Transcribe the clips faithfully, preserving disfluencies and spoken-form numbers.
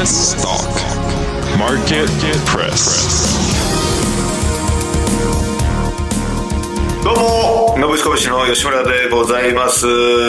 Let's talk Market Press。 どうも、のぶしこぶしの吉村でございます。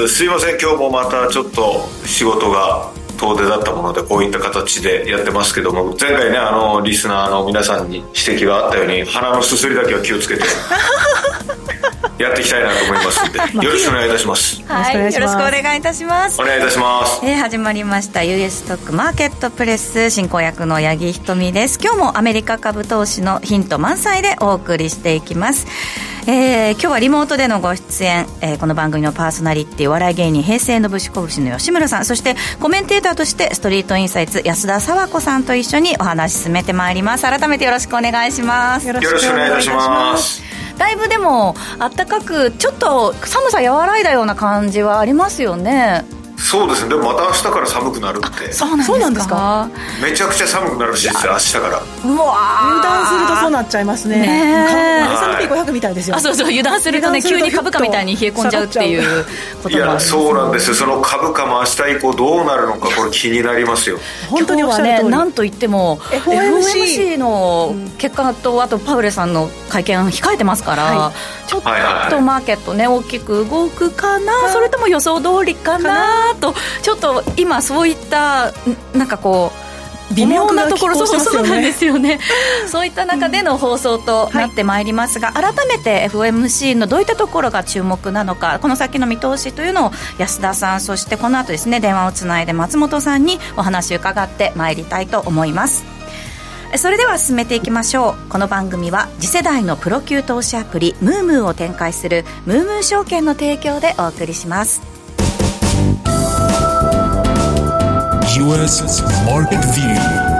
すいません、今日もまたちょっと仕事が遠出だったものでこういった形でやってますけども、前回ね、あのリスナーの皆さんに指摘があったように鼻のすすりだけは気をつけてやっていきたいなと思いますのでよろしくお願いいたします。 はい、よろしくお願いいたします。 お願いいたします。 えー、始まりました ユーエス ストックマーケットプレス、進行役の八木ひとみです。今日もアメリカ株投資のヒント満載でお送りしていきます。えー、今日はリモートでのご出演、えー、この番組のパーソナリティ、お笑い芸人平成のぶしこぶしの吉村さん、そしてコメンテーターとしてストリートインサイツ安田佐和子さんと一緒にお話進めてまいります。改めてよろしくお願いします。 よろしくお願いいたします。 だいぶでもあったかく、ちょっと寒さ和らいだような感じはありますよね。 そうですね。でもまた明日から寒くなるって。 そうなんですか。 めちゃくちゃ寒くなるらしいですよ、明日から。 うわ、油断するとそうなっちゃいますね。ね、エスアンドピーごひゃく みたいですよ。 あ、そうそう、油断するとね、急に株価みたいに冷え込んじゃうっていうことがあるんです。 いや、そうなんですよ。その株価も明日以降どうなるのか、これ気になりますよ。 本当におっしゃる通り。 今日はね、なんといっても エフオーエムシー の結果と、あとパウレさんの会見控えてますから、はい、ちょっとマーケットね、大きく動くかな、それとも予想通りかなと、ちょっと今そういったなんかこう微妙なところ、そうそうなんですよね。そういった中での放送となってまいりますが、うん、はい、改めて エフオーエムシー のどういったところが注目なのか、この先の見通しというのを安田さん、そしてこの後ですね、電話をつないで松本さんにお話を伺ってまいりたいと思います。それでは進めていきましょう。この番組は次世代のプロ級投資アプリムームーを展開するムームー証券の提供でお送りします。 ユーエス Market View。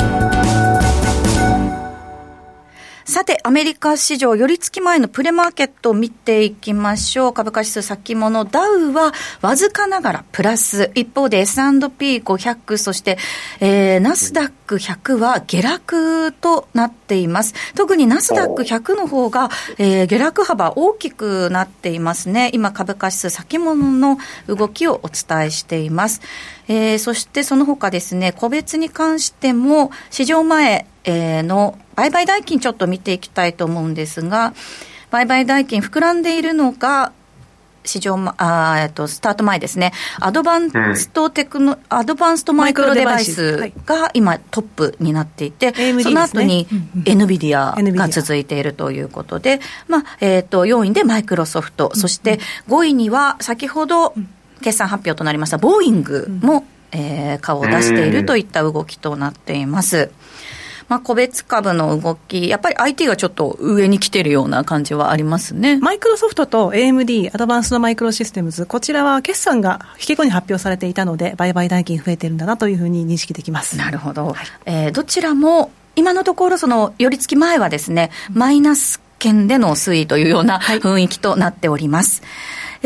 さて、アメリカ市場寄り付き前のプレマーケットを見ていきましょう。株価指数先物ダウはわずかながらプラス、一方で エスアンドピーごひゃく、そして、えー、ナスダックひゃくは下落となっています。特にナスダックひゃくの方が、えー、下落幅大きくなっていますね。今株価指数先物の動きをお伝えしています。えー、そしてその他ですね、個別に関しても市場前、えー、の売買代金ちょっと見ていきたいと思うんですが、売買代金膨らんでいるのが市場、あ、えっと、スタート前ですね、アドバンストテクノ、うん、アドバンストマイクロデバイスが今トップになっていて、はい、その後に エヌビディア が続いているということで、まあ、えっと、よんいでマイクロソフト、うん、そしてごいには先ほど決算発表となりましたボーイングも、うん、えー、顔を出しているといった動きとなっています。まあ、個別株の動き、やっぱり アイティー がちょっと上に来てるような感じはありますね。 マイクロソフトと エーエムディー アドバンスドマイクロシステムズ、こちらは決算が引け後に発表されていたので売買代金増えてるんだなというふうに認識できます。 なるほど、はい、えー、どちらも今のところその寄り付き前はですね、マイナス圏での推移というような雰囲気となっております。はい、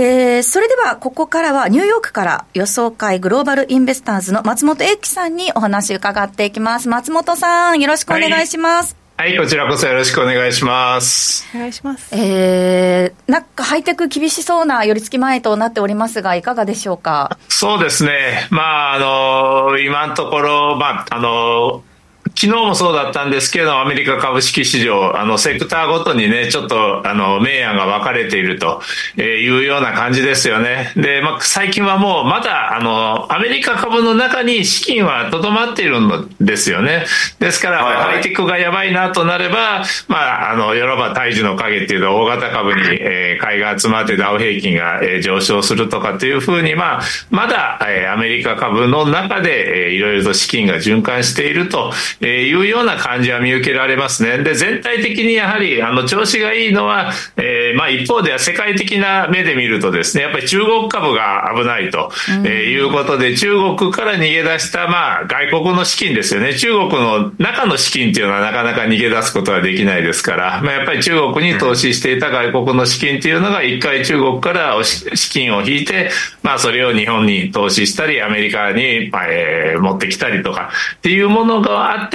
えー、それではここからはニューヨークから予想会グローバルインベスターズの松本英樹さんにお話伺っていきます。松本さん、よろしくお願いします。 はい、はい、こちらこそよろしくお願いします。 お願いします。 えー、なんかハイテク厳しそうな寄り付き前となっておりますが、いかがでしょうか。 そうですね、まああの今のところ、まああの昨日もそうだったんですけど、アメリカ株式市場、あのセクターごとにね、ちょっとあの明暗が分かれているというような感じですよね。で、まあ、最近はもうまだあのアメリカ株の中に資金はとどまっているんですよね。ですから、はいはい、ハイテクがやばいなとなれば、まあ、あのいわば大樹の影っていうのは大型株に、えー、買いが集まってダウ平均が、えー、上昇するとかっていうふうに、まあ、まだ、えー、アメリカ株の中で、えー、いろいろと資金が循環しているというような感じは見受けられますね。で、全体的にやはりあの調子がいいのは、えー、まあ一方では世界的な目で見るとですね、やっぱり中国株が危ないと、うん、えー、いうことで、中国から逃げ出したまあ外国の資金ですよね。中国の中の資金っていうのはなかなか逃げ出すことはできないですから、まあ、やっぱり中国に投資していた外国の資金っていうのが一回中国から資金を引いて、まあそれを日本に投資したりアメリカに、まあえー、持ってきたりとかっていうものがあって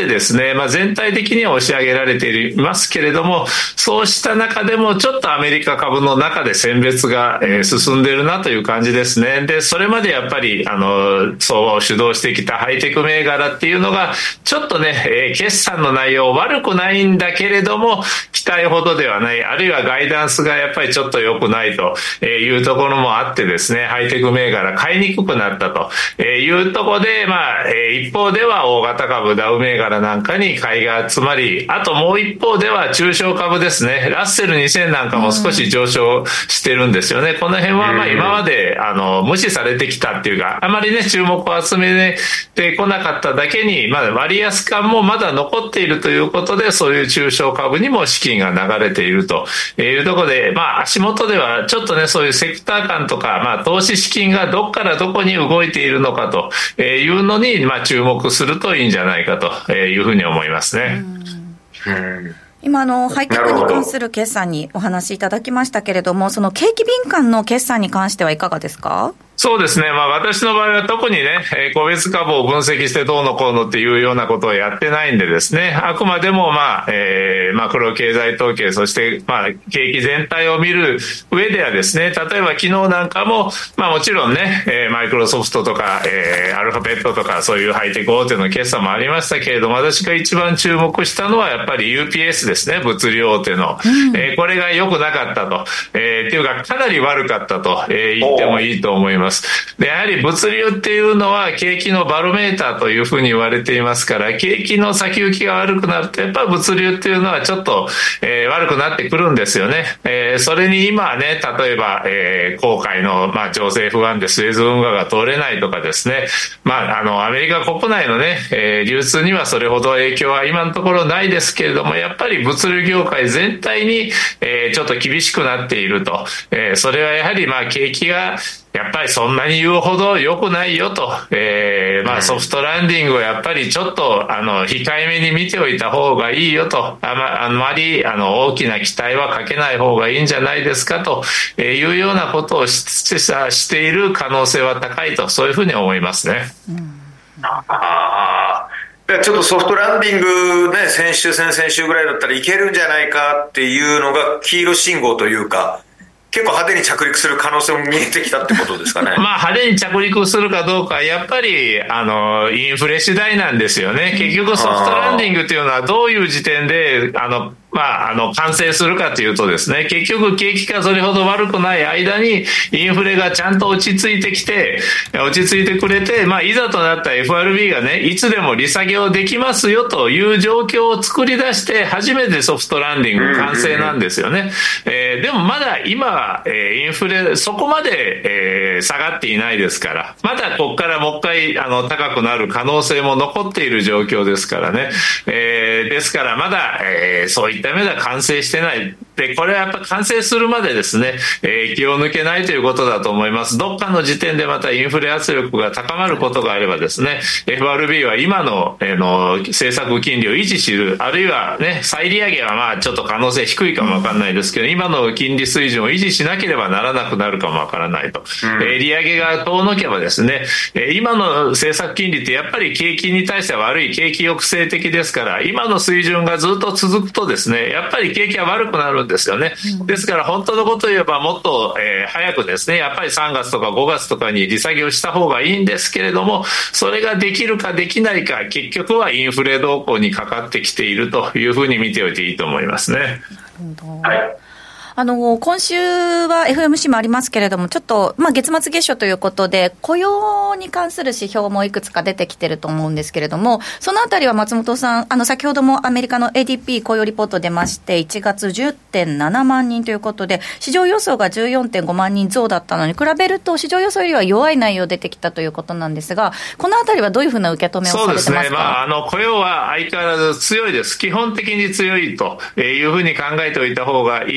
ってですね、まあ、全体的には押し上げられていますけれども、そうした中でもちょっとアメリカ株の中で選別が、えー、進んでいるなという感じですね。で、それまでやっぱりあの相場を主導してきたハイテク銘柄っていうのがちょっとね、えー、決算の内容悪くないんだけれども期待ほどではない、あるいはガイダンスがやっぱりちょっと良くないというところもあってですね、ハイテク銘柄買いにくくなったというところで、まあ、一方では大型株ダウ銘柄なんかに買いが集まり、あともう一方では中小株ですね、ラッセルにせんなんかも少し上昇してるんですよね。この辺はまあ今まであの無視されてきたっていうか、あまりね注目を集めてこなかっただけに、まあ、割安感もまだ残っているということで、そういう中小株にも資金が流れているというところで、まあ足元ではちょっとねそういうセクター感とか、まあ投資資金がどっからどこに動いているのかというのに、まあ注目するといいんじゃないかというふうに思いますね。 うんうん今あのハイテクに関する決算にお話しいただきましたけれども、その景気敏感の決算に関してはいかがですか？ そうですね、まあ、私の場合は特にね、えー、個別株を分析してどうのこうのっていうようなことをやってないんでですね、あくまでも、まあえー、マクロ経済統計、そして、まあ、景気全体を見る上ではですね、例えば昨日なんかも、まあ、もちろんね、えー、マイクロソフトとか、えー、アルファベットとかそういうハイテク大手の決算もありましたけれども、私が一番注目したのはやっぱり ユーピーエス ですね、物流大手の、うんえー、これが良くなかったと、えー、っていうかかなり悪かったと、えー、言ってもいいと思います。でやはり物流っていうのは景気のバロメーターというふうに言われていますから、景気の先行きが悪くなるとやっぱり物流っていうのはちょっと、えー、悪くなってくるんですよね。えー、それに今はね、例えば、えー、航海の、まあ、情勢不安でスエズ運河が通れないとかですね、まあ、あのアメリカ国内のね、えー、流通にはそれほど影響は今のところないですけれども、やっぱり物流業界全体に、えー、ちょっと厳しくなっていると、えー、それはやはりまあ景気がやっぱりそんなに言うほど良くないよと、えー、まあソフトランディングをやっぱりちょっとあの控えめに見ておいた方がいいよと、あま、あまりあの大きな期待はかけない方がいいんじゃないですかというようなことをししている可能性は高いと、そういうふうに思いますね。うん、 あちょっとソフトランディングね、先週先々週ぐらいだったらいけるんじゃないかっていうのが黄色信号というか、結構派手に着陸する可能性も見えてきたってことですかね。まあ派手に着陸するかどうか、やっぱりあのインフレ次第なんですよね。結局ソフトランディングっていうのはどういう時点であのまあ、あの完成するかというとですね、結局景気がそれほど悪くない間にインフレがちゃんと落ち着いてきて落ち着いてくれて、まあ、いざとなった エフアールビー がね、いつでも利下げをできますよという状況を作り出して初めてソフトランディング完成なんですよね。えー、でもまだ今は、えー、インフレそこまで、えー、下がっていないですから、まだここからもう一回あの高くなる可能性も残っている状況ですからね。えー、ですからまだ、えー、そういったダメだ、完成してない。で、これはやっぱ完成するまでですね、えー、気を抜けないということだと思います。どっかの時点でまたインフレ圧力が高まることがあればですね、エフアールビー は今の、えー、の政策金利を維持する、あるいはね、再利上げはまあちょっと可能性低いかもわかんないですけど、今の金利水準を維持しなければならなくなるかもわからないと。うんえー、利上げが遠のけばですね、えー、今の政策金利ってやっぱり景気に対しては悪い、景気抑制的ですから、今の水準がずっと続くとですね、やっぱり景気は悪くなるんですよね。ですから本当のことを言えばもっと、えー、早くですね、やっぱりさんがつとかごがつとかに利下げをした方がいいんですけれども、それができるかできないか、結局はインフレ動向にかかってきているというふうに見ておいていいと思いますね。なるほど。はい。あの今週は エフオーエムシー もありますけれども、ちょっと、まあ、月末月初ということで雇用に関する指標もいくつか出てきてると思うんですけれども、そのあたりは松本さん、あの先ほどもアメリカの エーディーピー 雇用リポート出まして、いちがつ じゅってんななまんにんということで、市場予想が じゅうよんてんごまんにん増だったのに比べると市場予想よりは弱い内容出てきたということなんですが、このあたりはどういうふうな受け止めをされてますか？ そうですね、まあ、あの雇用は相変わらず強いです。基本的に強いというふうに考えておいた方がいいと思います。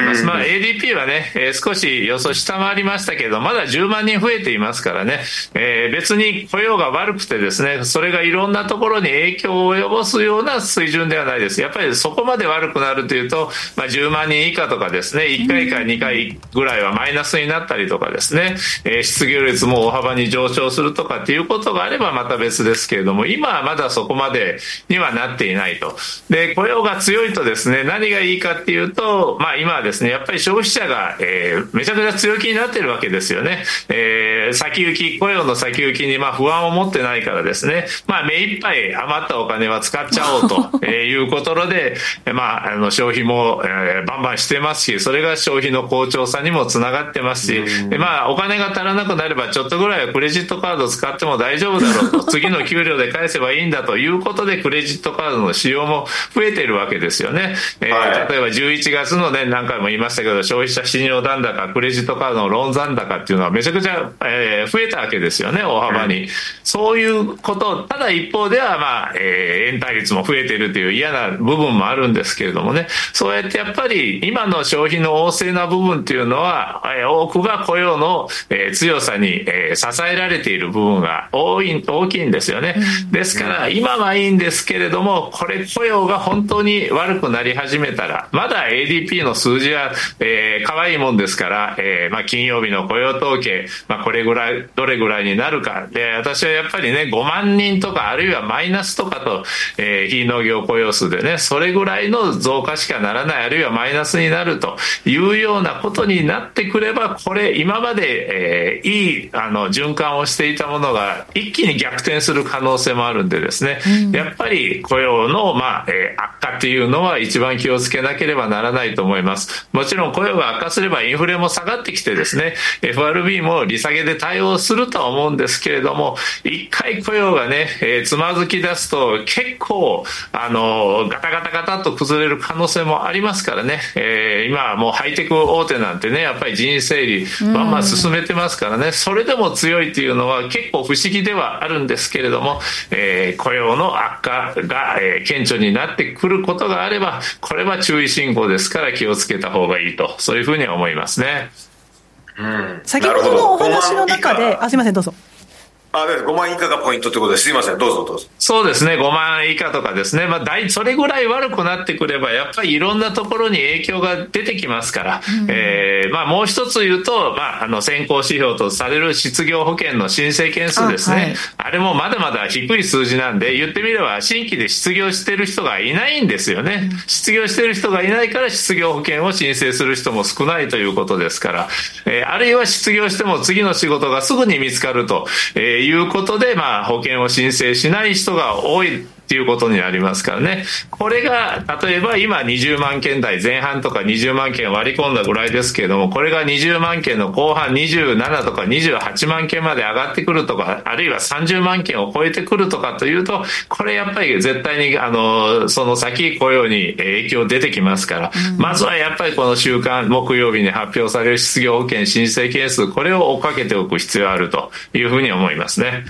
ます。まあ、エーディーピー はね、えー、少し予想下回りましたけど、まだじゅうまんにん増えていますからね、えー、別に雇用が悪くてですね、それがいろんなところに影響を及ぼすような水準ではないです。やっぱりそこまで悪くなるというと、まあ、じゅうまんにん以下とかですね、いっかいかにかいぐらいはマイナスになったりとかですね、えー、失業率も大幅に上昇するとかっていうことがあればまた別ですけれども、今はまだそこまでにはなっていないと。で、雇用が強いとですね、何がいいかっていうと、まあ今はですね、やっぱり消費者が、えー、めちゃくちゃ強気になってるわけですよね。えー、先行き、雇用の先行きにまあ不安を持ってないからですね、まあ目いっぱい余ったお金は使っちゃおうということで、まあ、あの消費も、えー、バンバンしてますし、それが消費の好調さにもつながってますし、まあお金が足らなくなればちょっとぐらいはクレジットカードを使っても大丈夫だろうと、次の給料で返せばいいんだということで、クレジットカードの使用も増えているわけですよね。えーはい、例えばじゅういちがつのね、何回も言いましたけど、消費者信用残高、クレジットカードのローン残高っていうのはめちゃくちゃ、えー、増えたわけですよね、大幅に。うん、そういうこと、ただ一方では、まあ、えー、延滞率も増えているという嫌な部分もあるんですけれどもね、そうやってやっぱり今の消費の旺盛な部分っていうのは、えー、多くが雇用の、えー、強さに、えー、支えられている部分が多い、大きいんですよね。ですから今はいいんですけれども、これ雇用が本当に悪くなり始めたら、まだ エーディーピー の数字は、えー、可愛いもんですから、えーまあ、金曜日の雇用統計、まあ、これぐらいどれぐらいになるかで、私はやっぱりねごまんにんとかあるいはマイナスとかと、えー、非農業雇用数でねそれぐらいの増加しかならない、あるいはマイナスになるというようなことになってくれば、これ今まで、えー、いいあの循環をしていたものが一気に逆転する可能性もあるんでですね、うん、やっぱり雇用の、まあえー、悪化っていうのは一番気をつけなければならないと思います。もちろん雇用が悪化すればインフレも下がってきてですね エフアールビー も利下げで対応するとは思うんですけれども、一回雇用がね、えー、つまずき出すと結構あのガタガタガタっと崩れる可能性もありますからね、えー、今はもうハイテク大手なんてねやっぱり人員整理バンバン進めてますからね、それでも強いっていうのは結構不思議ではあるんですけれども、えー、雇用の悪化が、えー、顕著になってくることがあれば、これは注意信号ですから気をつけた方がいいと、そういうふうに思いますね。 うん、先ほどのお話の中で、あ、すいません、どうぞ。 あ、ごまん以下がポイントということですいません、どうぞどうぞ。 そうですね、ごまん以下とかですね、まあ、大それぐらい悪くなってくればやっぱりいろんなところに影響が出てきますから、うんえーまあ、もう一つ言うと、まあ、あの先行指標とされる失業保険の申請件数ですね、あ、はい、あれもまだまだ低い数字なんで、言ってみれば新規で失業してる人がいないんですよね、うん、失業してる人がいないから失業保険を申請する人も少ないということですから、えー、あるいは失業しても次の仕事がすぐに見つかるということで、まあまあ、保険を申請しない人が多いっていうことになりますからね。これが例えば今にじゅうまんけん台前半とかにじゅうまんけん割り込んだぐらいですけれども、これがにじゅうまんけんの後半にじゅうななとかにじゅうはちまんけんまで上がってくるとか、あるいはさんじゅうまんけんを超えてくるとかというと、これやっぱり絶対にあのその先雇用に影響出てきますから、うん、まずはやっぱりこの週間木曜日に発表される失業保険申請件数、これを追っかけておく必要があるというふうに思いますね。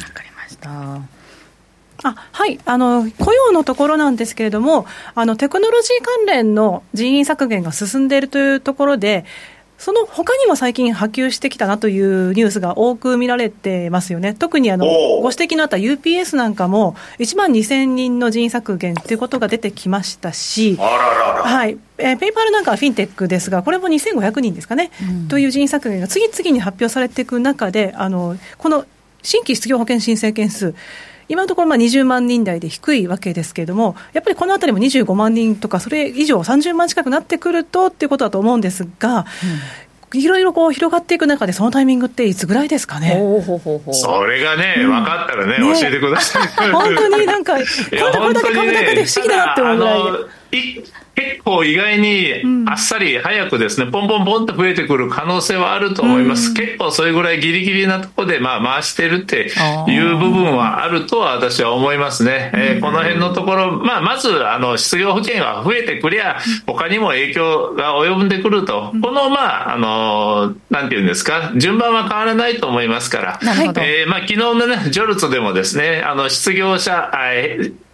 あはい、あの雇用のところなんですけれども、あのテクノロジー関連の人員削減が進んでいるというところで、その他にも最近波及してきたなというニュースが多く見られてますよね。特にあのご指摘のあった ユーピーエス なんかもいちまんにせんにんの人員削減ということが出てきましたし、 あららら、 はい、えー、ペイパルなんかはフィンテックですが、これもにせんごひゃくにんですかね、うん、という人員削減が次々に発表されていく中で、あのこの新規失業保険申請件数、今のところまあにじゅうまんにん台で低いわけですけれども、やっぱりこのあたりもにじゅうごまんにんとかそれ以上さんじゅうまん近くなってくるとっていうことだと思うんですが、うん、いろいろこう広がっていく中でそのタイミングっていつぐらいですかね。 ほうほうほうほう、それがね、うん、分かったらね、ね、教えてください。 本当になんかこれだけ株高で不思議だなって思うぐらいで、 結構意外にあっさり早くですね、うん、ポンポンポンと増えてくる可能性はあると思います、うん、結構それぐらいギリギリなところでまあ回してるっていう部分はあるとは私は思いますね、えー、この辺のところ、まあ、まずあの失業保険が増えてくりゃ他にも影響が及んでくると、うん、このまああのなんていうんですか、順番は変わらないと思いますから、えーまあ、昨日のねジョルツでもですね、あの失業者、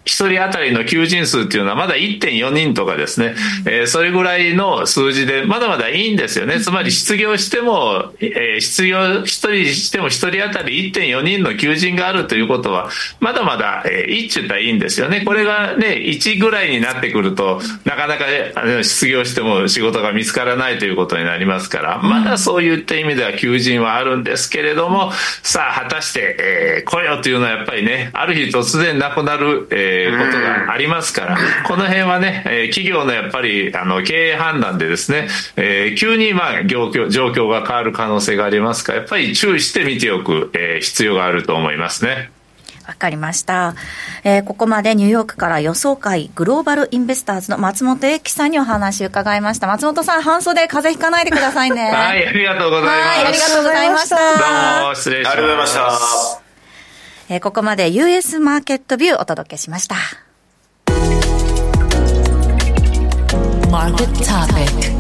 ひとり当たりの求人数っていうのはまだ いってんよにんとかですね、えー、それぐらいの数字でまだまだいいんですよね。つまり失業しても、えー、失業ひとりしてもひとり当たり いってんよにんの求人があるということはまだまだ、えー、いいっちゅったらいいんですよね。これがねいちぐらいになってくるとなかなか、ね、失業しても仕事が見つからないということになりますから、まだそういった意味では求人はあるんですけれども、さあ果たして、えー、雇用というのはやっぱりねある日突然なくなる、えーことがありますから、この辺はね、えー、企業のやっぱりあの経営判断でですね、えー、急にまあ状況、状況が変わる可能性がありますから、やっぱり注意して見ておく、えー、必要があると思いますね。 わかりました、えー、ここまでニューヨークから予想会グローバルインベスターズの松本英樹さんにお話を伺いました。松本さん、半袖風邪ひかないでくださいね。 はい、ありがとうございます。 はい、ありがとうございました。 どうも失礼します。 ありがとうございました。 えー、ここまで ユーエス マーケットビューお届けしました。 Market Topic。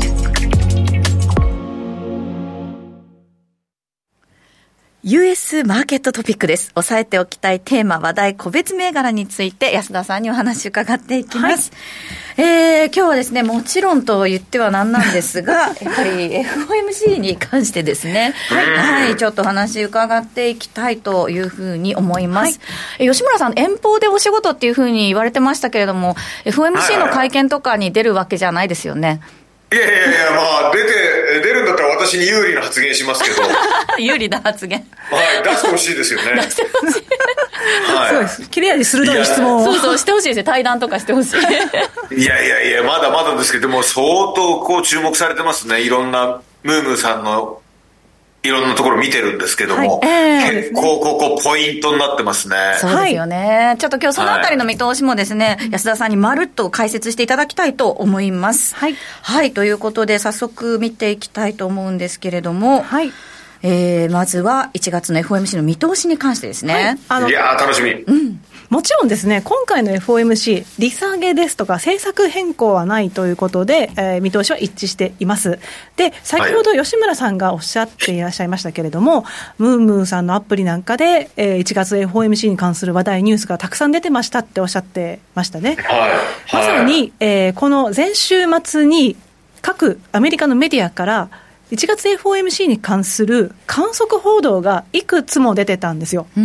ユーエス マーケットトピックです。押さえておきたいテーマ、話題、個別銘柄について安田さんにお話伺っていきます。はい、えー、今日はですね、もちろんと言ってはなんなんですが、やはり エフオーエムシー に関してですね、はい、はい、ちょっとお話伺っていきたいというふうに思います。はい、吉村さん、遠方でお仕事っていうふうに言われてましたけれども、エフオーエムシー の会見とかに出るわけじゃないですよね。 いやいやいや、まあ出て出るんだったら私に有利な発言しますけど有利な発言、 はい、出してほしいですよね。出してほしいはい、そうです。切れ味鋭い質問をそうそうしてほしいですよ。対談とかしてほしいいやいやいや、まだまだですけども、相当こう注目されてますね。いろんなムームーさんのいろんなところ見てるんですけども、はい、えー、結構ここポイントになってますね。 そうですよね、はい、ちょっと今日そのあたりの見通しもですね、はい、安田さんにまるっと解説していただきたいと思います。はい、はい、ということで早速見ていきたいと思うんですけれども、はい、えー、まずはいちがつの エフオーエムシー の見通しに関してですね、はい、あのいやー楽しみ、うん、もちろんですね、今回の エフオーエムシー 利下げですとか政策変更はないということで、えー、見通しは一致しています。で、先ほど吉村さんがおっしゃっていらっしゃいましたけれども、はい、ムームーさんのアプリなんかで、えー、いちがつ エフオーエムシー に関する話題ニュースがたくさん出てましたっておっしゃってましたね。はい、まさに、えー、この前週末に各アメリカのメディアからいちがつ エフオーエムシー に関する観測報道がいくつも出てたんですよ。うん、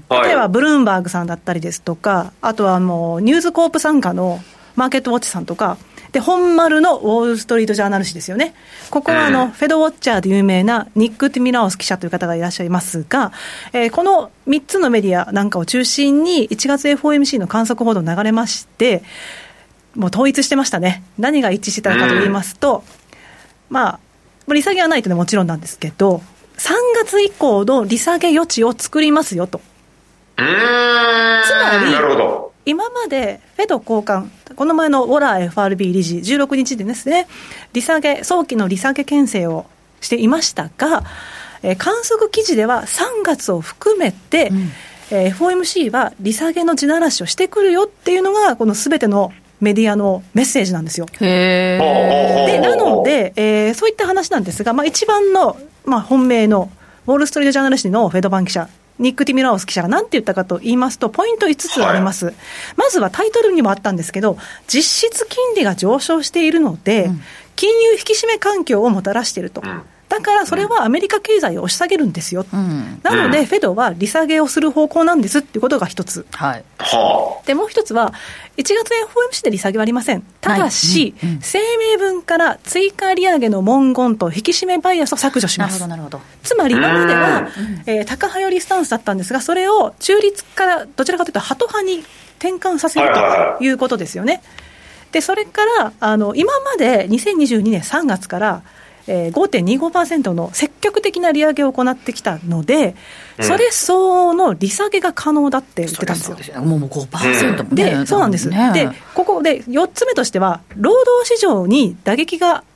例えばブルームバーグさんだったりですとか、あとはもうニューズコープ傘下のマーケットウォッチさんとかで、本丸のウォールストリートジャーナル紙ですよね。ここはあの、うん、フェドウォッチャーで有名なニック・ティミラオス記者という方がいらっしゃいますが、えー、このみっつのメディアなんかを中心にいちがつ エフオーエムシー の観測報道流れまして、もう統一してましたね。何が一致してたかと言いますと、うん、まあ利下げはないというのはもちろんなんですけど、さんがつ以降の利下げ余地を作りますよと。うーん、つまりなるほど、今までフェド高官、この前のウォラー エフアールビー 理事じゅうろくにちでですね、利下げ早期の利下げ牽制をしていましたが、えー、観測記事ではさんがつを含めて、うん、えー、エフオーエムシー は利下げの地ならしをしてくるよっていうのがこのすべてのメディアのメッセージなんですよ。へー。で、なので、えー、そういった話なんですが、まあ、一番の、まあ、本命のウォールストリートジャーナル紙のフェドバン記者、ニック・ティミラオス記者が何て言ったかと言いますと、ポイントいつつあります、はい、まずはタイトルにもあったんですけど、実質金利が上昇しているので、うん、金融引き締め環境をもたらしていると、うん、だからそれはアメリカ経済を押し下げるんですよ、うん、なのでフェドは利下げをする方向なんですっていうことが一つ、はい、でもう一つはいちがつ エフオーエムシー で利下げはありません。ただし、はい、うんうん、声明文から追加利上げの文言と引き締めバイアスを削除します。なるほどなるほど。つまり今までは、えー、高派寄りスタンスだったんですが、それを中立からどちらかというとハト派に転換させるということですよね。でそれからあの今までにせんにじゅうにねんさんがつからえー、ごてんにごパーセント の積極的な利上げを行ってきたので、うん、それ相応の利下げが可能だって言ってたんですよ。 ですね、もう ごパーセント もね、 でそうなんです、ね、でここでよっつめとしては労働市場に打撃が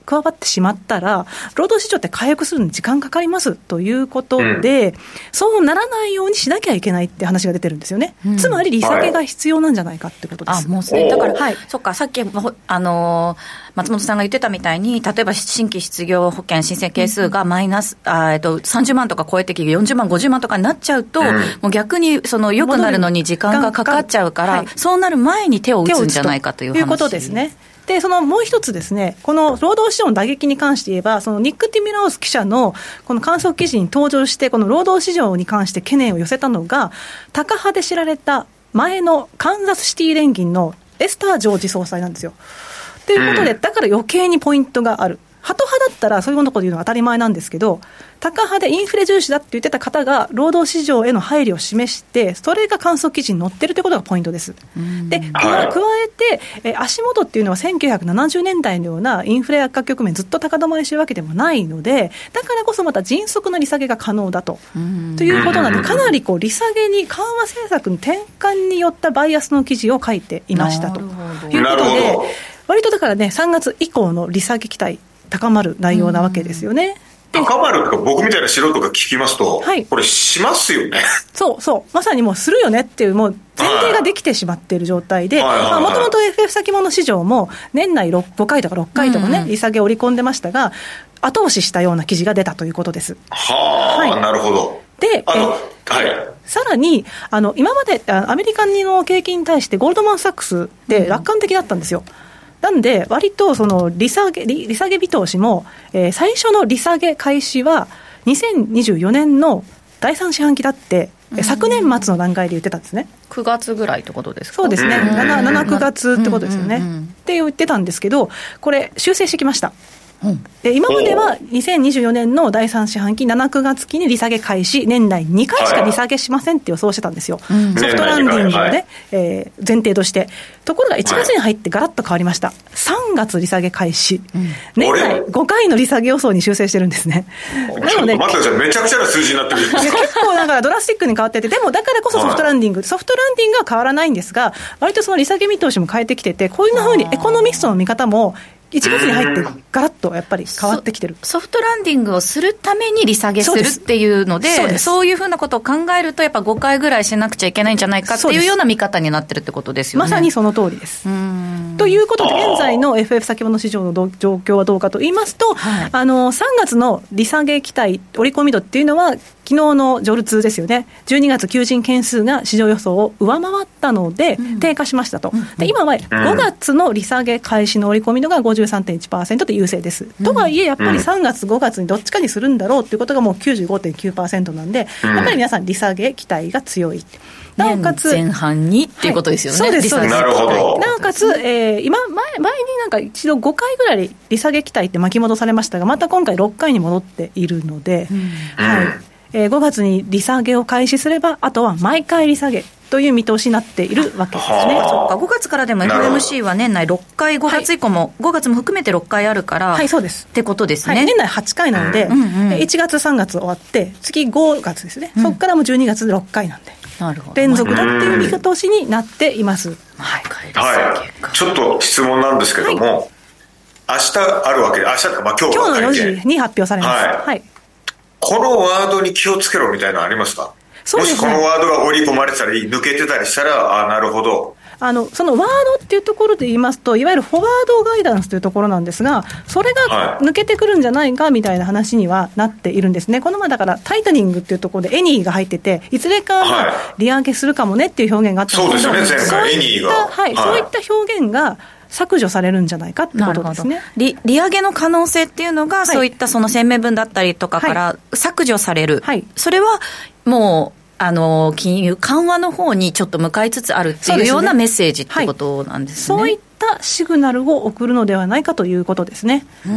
加わってしまったら労働市場って回復するのに時間かかりますということで、うん、そうならないようにしなきゃいけないって話が出てるんですよね、うん、つまり利下げが必要なんじゃないかってことです、 はい、あもうすでにだから、はい、そっかさっきあのー、松本さんが言ってたみたいに例えば新規失業保険申請件数がマイナス、うん、あえっとさんじゅうまんとか超えてきてよんじゅうまんごじゅうまんとかになっちゃうと、うん、もう逆にその良くなるのに時間がかかっちゃうから、はい、そうなる前に手を打つんじゃないかという話ということですね。でそのもう一つですね、この労働市場の打撃に関して言えば、そのニック・ティミラウス記者のこの観測記事に登場して、この労働市場に関して懸念を寄せたのが、タカ派で知られた前のカンザスシティ連銀のレスター・ジョージ総裁なんですよ。ということで、だから余計にポイントがある。ハト派だったらそういうことを言うのは当たり前なんですけど、タカ派でインフレ重視だって言ってた方が労働市場への配慮を示して、それが観測記事に載ってるということがポイントです。で、加えて、え足元っていうのはせんきゅうひゃくななじゅうねんだいのようなインフレ悪化局面ずっと高止まりしてるわけでもないので、だからこそまた迅速な利下げが可能だとということなので、かなりこう利下げに緩和政策の転換によったバイアスの記事を書いていましたということで、割とだからね、さんがつ以降の利下げ期待高まる内容なわけですよね。 高まるとか僕みたいな素人が聞きますと、はい、これしますよね。 そうそうまさにもうするよねっていうもう前提ができてしまっている状態で、もともと エフエフ 先物市場も年内ごかいとかろっかいとかね、うんうん、利下げを織り込んでましたが、後押ししたような記事が出たということです。 はあ、はい、なるほど。 であの、はい、 さらにあの今までアメリカの景気に対してゴールドマン・サックスで楽観的だったんですよ、うんなんで割とその利下げ、利下げ見通しも、えー、最初の利下げ開始はにせんにじゅうよねんのだいさん四半期だって、うん、昨年末の段階で言ってたんですね。 くがつぐらいってことですか。 そうですね、なな、なな、くがつってことですよね、うんうんうん、って言ってたんですけど、これ修正してきました。うん、で今まではにせんにじゅうよねんのだいさん四半期なな、くがつ期に利下げ開始、年内にかいしか利下げしませんって予想してたんですよ、はい、ソフトランディングをね、はいえー、前提として。ところがいちがつに入ってガラッと変わりました。さんがつ利下げ開始、うん、年内ごかいの利下げ予想に修正してるんですね。 なので待ってください、めちゃくちゃな数字になってるんです結構だからドラスティックに変わってて、でもだからこそソフトランディング、はい、ソフトランディングは変わらないんですが、割とその利下げ見通しも変えてきてて、こういうふうにエコノミストの見方もいちがつに入ってガラッとやっぱり変わってきてる。 ソフトランディングをするために利下げするっていうの で, そう, でそういうふうなことを考えるとやっぱごかいぐらいしなくちゃいけないんじゃないかっていうような見方になってるってことですよね。 まさにその通りです。うんということで現在の エフエフ 先物市場の状況はどうかと言いますと、はい、あのさんがつの利下げ期待織り込み度っていうのは昨日のジョルツですよね。じゅうにがつ求人件数が市場予想を上回ったので低下しましたと、うん、で今はごがつの利下げ開始の織り込み度が ごじゅうさんてんいちパーセント で優勢です、うん、とはいえやっぱりさんがつごがつにどっちかにするんだろうということがもう きゅうじゅうごてんきゅうパーセント なんで、やっぱり皆さん利下げ期待が強い。なおかつ前半にっていうことですよね、 はい、そうですそうです。 なるほど。 なおかつ、えー、今 前, 前になんか一度ごかいぐらい利下げ期待って巻き戻されましたが、また今回ろっかいに戻っているので、うんはいえー、ごがつに利下げを開始すればあとは毎回利下げという見通しになっているわけですね。 そうか、ごがつからでも エフオーエムシー は年内ろっかい、ごがつ以降も、はい、ごがつも含めてろっかいあるから、 はい、そうですってことですね、 はい、年内はちかいなので、うんうん、いちがつさんがつ終わって次ごがつですね、うん、そこからもじゅうにがつでろっかいなんで、なるほど連続だっていう見通しになっています。 はい、はい、ちょっと質問なんですけども、はい、明日あるわけで、明日とか、まあ、今日今日のよじに発表されます、はいはい、 このワードに気をつけろみたいなのありますか？ そうですね、 もしこのワードが織り込まれてたり抜けてたりしたら、あなるほど。 あのそのワードっていうところで言いますと、いわゆるフォワードガイダンスというところなんですが、それが抜けてくるんじゃないかみたいな話にはなっているんですね。この前だからタイタニングっていうところでエニーが入ってて、いずれかは利上げするかもねっていう表現があったんですけど、 そうですね、前回エニーが、 はい、そういった表現が削除されるんじゃないかってことですね。 利, 利上げの可能性っていうのが、はい、そういったその声明文だったりとかから削除される、はい、それはもうあの金融緩和の方にちょっと向かいつつあるっていうようなメッセージってことなんですね。 そういったシグナルを送るのではないかということですね。 うん、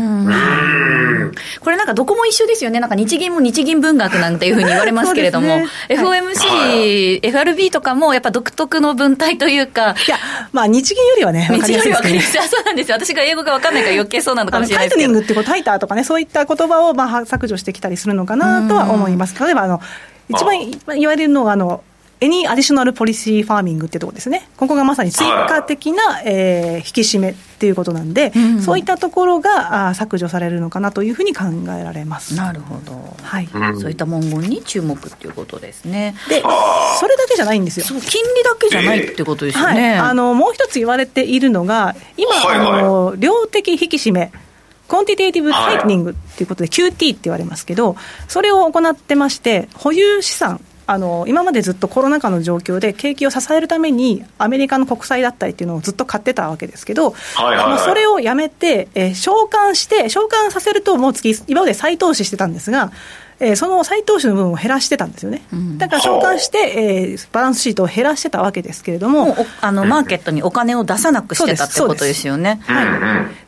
これなんかどこも一緒ですよね。なんか日銀も日銀文学なんていうふうに言われますけれども、ね、エフオーエムシー、はい、エフアールビー とかもやっぱ独特の文体というか、 いや、まあ、日銀よりはね分かりやすいですね。日銀より分かりやすい。そうなんですよ。私が英語が分かんないから余計そうなのかもしれないですけど、 タイトニングってこうタイターとかね、そういった言葉をまあ削除してきたりするのかなとは思います。例えばあの一番言われるのがあの Any Additional Policy Farming ってところですね。ここがまさに追加的な、はい、えー、引き締めっていうことなんで、うん、そういったところが削除されるのかなというふうに考えられます。 なるほど、 はい、 うん、そういった文言に注目っていうことですね。 でそれだけじゃないんですよ。 そう、金利だけじゃないってことですよね、 はい、あのもう一つ言われているのが今、はいはい、あの量的引き締めコンティテイティブタイトニングっていうことで キューティー って言われますけど、それを行ってまして、保有資産、あの今までずっとコロナ禍の状況で景気を支えるためにアメリカの国債だったりっていうのをずっと買ってたわけですけど、はいはいはい、あのそれをやめて、えー、償還して償還させるともう月今まで再投資してたんですが、えー、その再投資の分を減らしてたんですよね、うん、だから償還して、えー、バランスシートを減らしてたわけですけれども、 もうあのマーケットにお金を出さなくしてたってことですよね。 はい、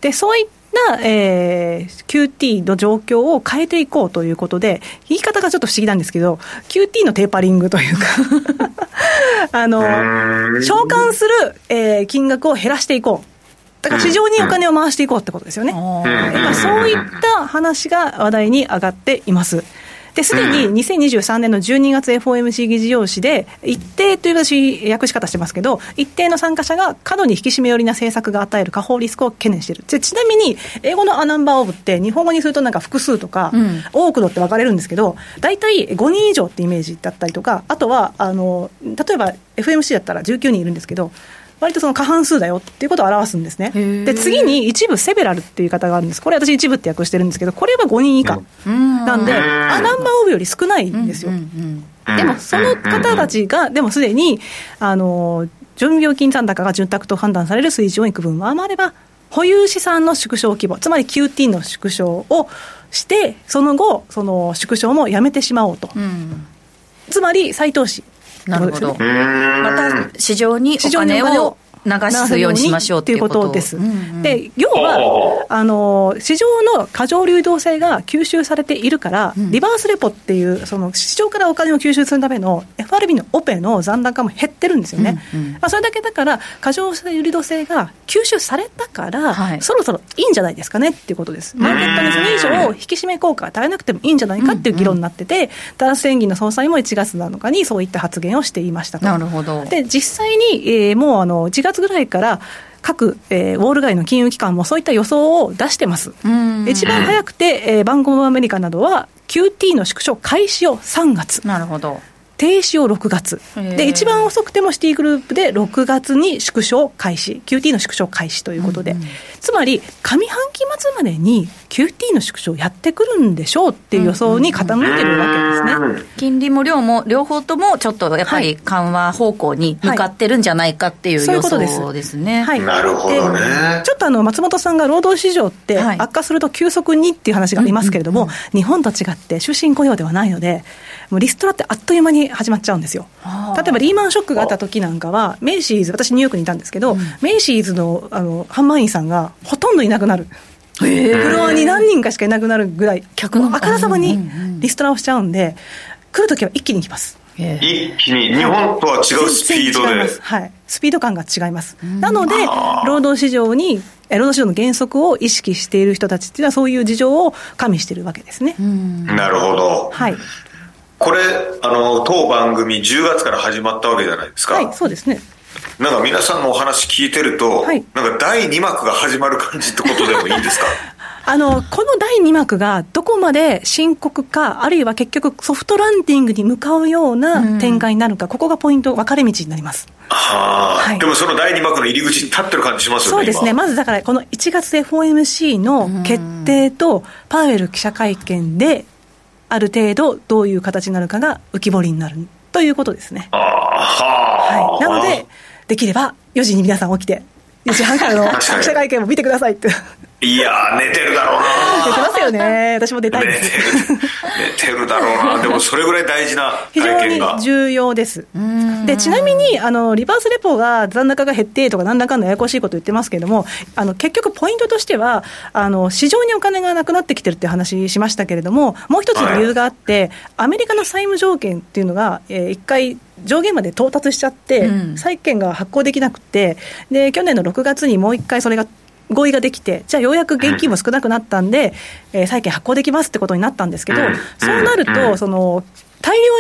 でそういったなえー、キューティー の状況を変えていこうということで、言い方がちょっと不思議なんですけど キューティー のテーパリングというかあの償還する、えー、金額を減らしていこう、だから市場にお金を回していこうってことですよね。だからそういった話が話題に上がっています。ですでににせんにじゅうさんねんのじゅうにがつ エフオーエムシー 議事要旨で一定という私訳し方してますけど、一定の参加者が過度に引き締め寄りな政策が与える下方リスクを懸念している。ちなみに英語のアナンバーオブって日本語にするとなんか複数とか、うん、多くのって分かれるんですけど、大体ごにん以上ってイメージだったりとか、あとはあの例えば エフエムシー だったらじゅうきゅうにんいるんですけど、割とその過半数だよっていうことを表すんですね。で次に一部セベラルっていう言い方があるんです。これ私一部って訳してるんですけど、これはごにん以下、うん、なんでアナンバーオブより少ないんですよ、うんうんうん、でもその方たちがでもすでにあの準備預金残高が潤沢と判断される水準を幾分上回れば保有資産の縮小規模、つまり キューティー の縮小をしてその後その縮小もやめてしまおうと、うん、つまり再投資。 なるほど。また市場にお金を流すようにしましょうということです、うんうん、 で要はあの市場の過剰流動性が吸収されているから、うん、リバースレポっていうその市場からお金を吸収するための エフアールビー のオペの残高も減ってるんですよね、うんうん、まあ、それだけだから過剰流動性が吸収されたから、はい、そろそろいいんじゃないですかねっていうことです。マーケットにそれ以上引き締め効果が与えなくてもいいんじゃないかっていう議論になってて、うんうん、ダラス連銀の総裁もいちがつなのかにそういった発言をしていましたと。 なるほど。 で実際に、えー、もうあのいちがつぐらいから各、えー、ウォール街の金融機関もそういった予想を出してます。一番早くて、えー、バンコブアメリカなどは キューティー の縮小開始をさんがつ、 なるほど、 停止をろくがつで、一番遅くてもシティグループでろくがつに縮小開始、 キューティー の縮小開始ということで、うんうん、つまり上半期末までに キューティー の縮小やってくるんでしょうっていう予想に傾いてるわけですね、うんうんうん、 金利も量も両方ともちょっとやっぱり緩和方向に向かってるんじゃないかっていう予想ですね。 はい、なるほどね。 ちょっとあの松本さんが労働市場って悪化すると急速にっていう話がありますけれども、はい、うんうんうん、日本と違って終身雇用ではないので、もうリストラってあっという間に始まっちゃうんですよ。例えばリーマンショックがあった時なんかはメイシーズ、私ニューヨークにいたんですけど、うん、メイシーズ の, あの販売員さんがほとんどいなくなる、フロアに何人かしかいなくなるぐらい客のあからさまにリストラをしちゃうんで、来るときは一気に来ます。 一気に日本とは違うスピードで、 はい、スピード感が違います。なので労働市場に労働市場の原則を意識している人たちっていうのはそういう事情を加味しているわけですね。 なるほど。 はい、 これあの当番組じゅうがつから始まったわけじゃないですか。 はい、そうですね。 なんか皆さんのお話聞いてると、はい、なんかだいに幕が始まる感じってことでもいいんですか？ あのこのだいに幕がどこまで深刻か、あるいは結局ソフトランディングに向かうような展開になるか、うん、ここがポイント、分かれ道になります。 は、はい、でもそのだいに幕の入り口に立ってる感じしますよね。 そうですね。まずだからこのいちがつ エフオーエムシー の決定とパウエル記者会見である程度どういう形になるかが浮き彫りになるということですね。 あ、は、 はい、なのでできればよじに皆さん起きてよじはんからの記者会見も見てくださいっていやー寝てるだろうな。 寝てますよね。私も出たいです。 寝てる、寝てるだろうな。でもそれぐらい大事な体験が非常に重要です。でちなみにあのリバースレポが残高が減ってとかなんだかんだややこしいこと言ってますけれども、あの結局ポイントとしてはあの市場にお金がなくなってきてるって話しましたけれども、もう一つ理由があって、はい、アメリカの債務条件っていうのが、えー、一回上限まで到達しちゃって、うん、債券が発行できなくて、で去年のろくがつにもう一回それが合意ができて、じゃあようやく現金も少なくなったんで、えー、債券発行できますってことになったんですけど、そうなるとその大量に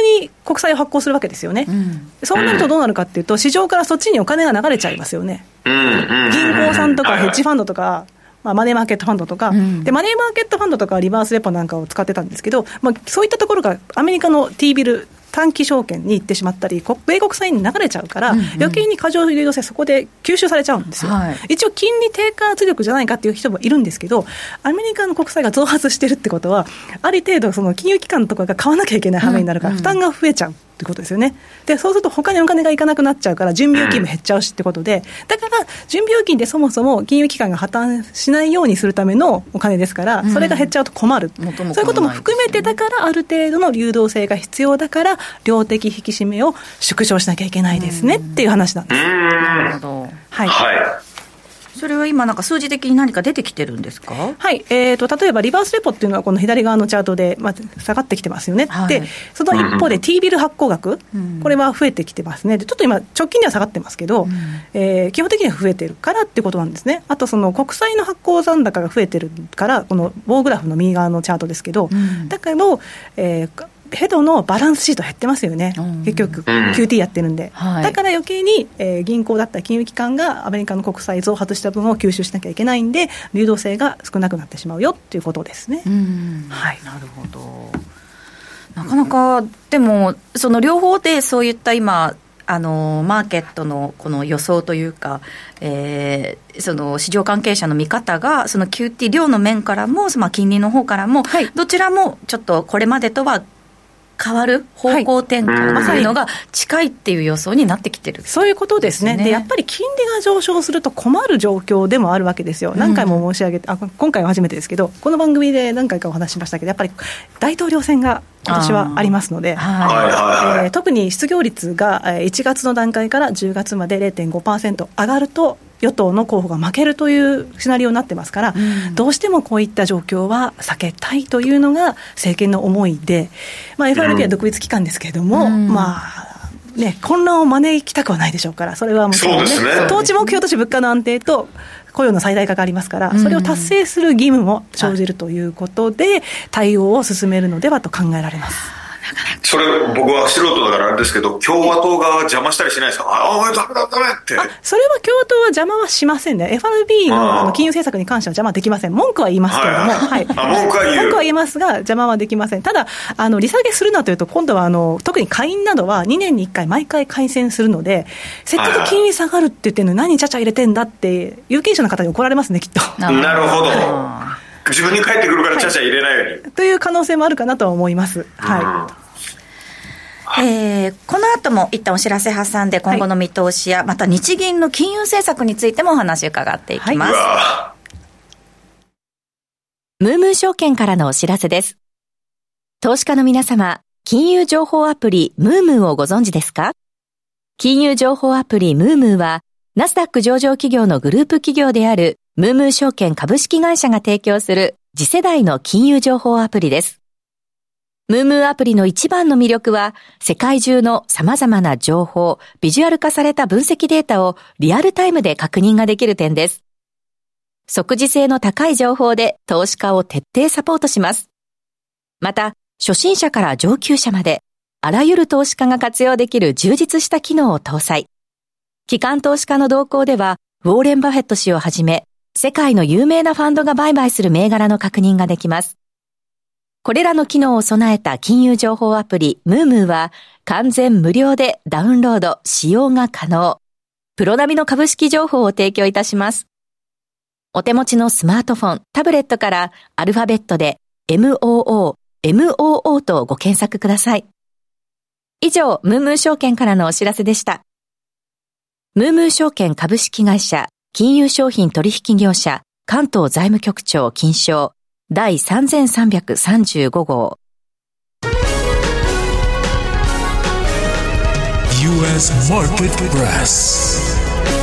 国債を発行するわけですよね、 うん、 そうなるとどうなるかっていうと、市場からそっちにお金が流れちゃいますよね、うん、銀行さんとかヘッジファンドとか、まあ、マネーマーケットファンドとか、うん、でマネーマーケットファンドとかリバースレポなんかを使ってたんですけど、まあ、そういったところがアメリカの T ビル短期証券に行ってしまったり米国債に流れちゃうから、うんうん、余計に過剰流動性そこで吸収されちゃうんですよ、はい、一応金利低下圧力じゃないかっていう人もいるんですけど、アメリカの国債が増発してるってことはある程度その金融機関とかが買わなきゃいけない羽目になるから、負担が増えちゃうってことですよね。でそうすると他にお金がいかなくなっちゃうから準備預金も減っちゃうしってことで、だから準備預金ってそもそも金融機関が破綻しないようにするためのお金ですから、それが減っちゃうと困る、うん、そういうことも含めてだからある程度の流動性が必要だから量的引き締めを縮小しなきゃいけないですね、うん、っていう話なんです。 なるほど、 はい、はい、 それは今なんか数字的に何か出てきてるんですか？ はい、えー、と例えばリバースレポっていうのはこの左側のチャートで、まあ、下がってきてますよね、はい、でその一方で T ビル発行額、うん、これは増えてきてますね。でちょっと今直近では下がってますけど、うんえー、基本的には増えてるからってことなんですね。あとその国債の発行残高が増えてるからこの棒グラフの右側のチャートですけど、うん、だけど、えーヘドのバランスシート減ってますよね、うん、結局 キューティー やってるんで、はい、だから余計に、えー、銀行だったり金融機関がアメリカの国債増発した分を吸収しなきゃいけないんで流動性が少なくなってしまうよっていうことですね、 うんはい、なるほど。なかなかでもその両方でそういった今あのマーケットのこの予想というか、えー、その市場関係者の見方がその キューティー 量の面からも、まあ、金利の方からも、はい、どちらもちょっとこれまでとは変わる方向転換、はい、そういうのが近いっていう予想になってきてる、 そういうことですね。でやっぱり金利が上昇すると困る状況でもあるわけですよ。何回も申し上げて、あ今回は初めてですけどこの番組で何回かお話ししましたけど、やっぱり大統領選が今年はありますので、はいえー、特に失業率がいちがつの段階からじゅうがつまで れいてんごパーセント 上がると与党の候補が負けるというシナリオになってますから、うん、どうしてもこういった状況は避けたいというのが政権の思いで、まあ、エフアールピー は独立機関ですけれども、うん、まあね、混乱を招きたくはないでしょうから、それはもちろん ね, ね統治目標として物価の安定と雇用の最大化がありますから、それを達成する義務も生じるということで対応を進めるのではと考えられます。 それ僕は素人だからあれですけど、共和党が邪魔したりしないですか？ああ、ダメだダメって。あ、 それは共和党は邪魔はしませんね。エフアールビー の, あの金融政策に関しては邪魔できません。文句は言いますけれども、はい、はい、あ文句は言う。文句は言いますが邪魔はできません。ただあの利下げするなというと、今度はあの特に下院などはにねんにいっかい毎回改選するので、せっかく金利下がるって言ってるのに何ちゃちゃ入れてんだって有権者の方に怒られますね、きっと。 なるほど。自分に返ってくるからちゃちゃ入れないように、はい、 という可能性もあるかなとは思います。はい。 えー、この後も一旦お知らせ挟んで今後の見通しや、はい、また日銀の金融政策についてもお話を伺っていきます、はい、ムームー証券からのお知らせです。投資家の皆様、金融情報アプリムームーをご存知ですか？金融情報アプリムームーはナスダック上場企業のグループ企業であるムームー証券株式会社が提供する次世代の金融情報アプリです。ムームーアプリの一番の魅力は、世界中の様々な情報、ビジュアル化された分析データをリアルタイムで確認ができる点です。即時性の高い情報で投資家を徹底サポートします。また、初心者から上級者まで、あらゆる投資家が活用できる充実した機能を搭載。機関投資家の動向では、ウォーレン・バフェット氏をはじめ、世界の有名なファンドが売買する銘柄の確認ができます。これらの機能を備えた金融情報アプリムームーは完全無料でダウンロード、使用が可能。プロ並みの株式情報を提供いたします。お手持ちのスマートフォン、タブレットからアルファベットで エムオーオー、エムオーオー とご検索ください。以上、ムームー証券からのお知らせでした。ムームー証券株式会社、金融商品取引業者、関東財務局長金賞第さんぜんさんびゃくさんじゅうご号。 ユーエス Market Press、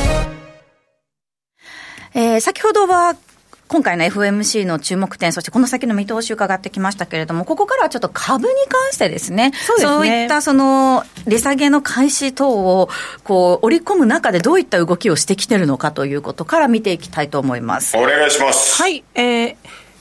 えー、先ほどは今回の エフオーエムシー の注目点、そしてこの先の見通しを伺ってきましたけれども、ここからはちょっと株に関してですね、そうですね、そういったその利下げの開始等をこう織り込む中でどういった動きをしてきているのかということから見ていきたいと思います。 お願いします。 はい、えー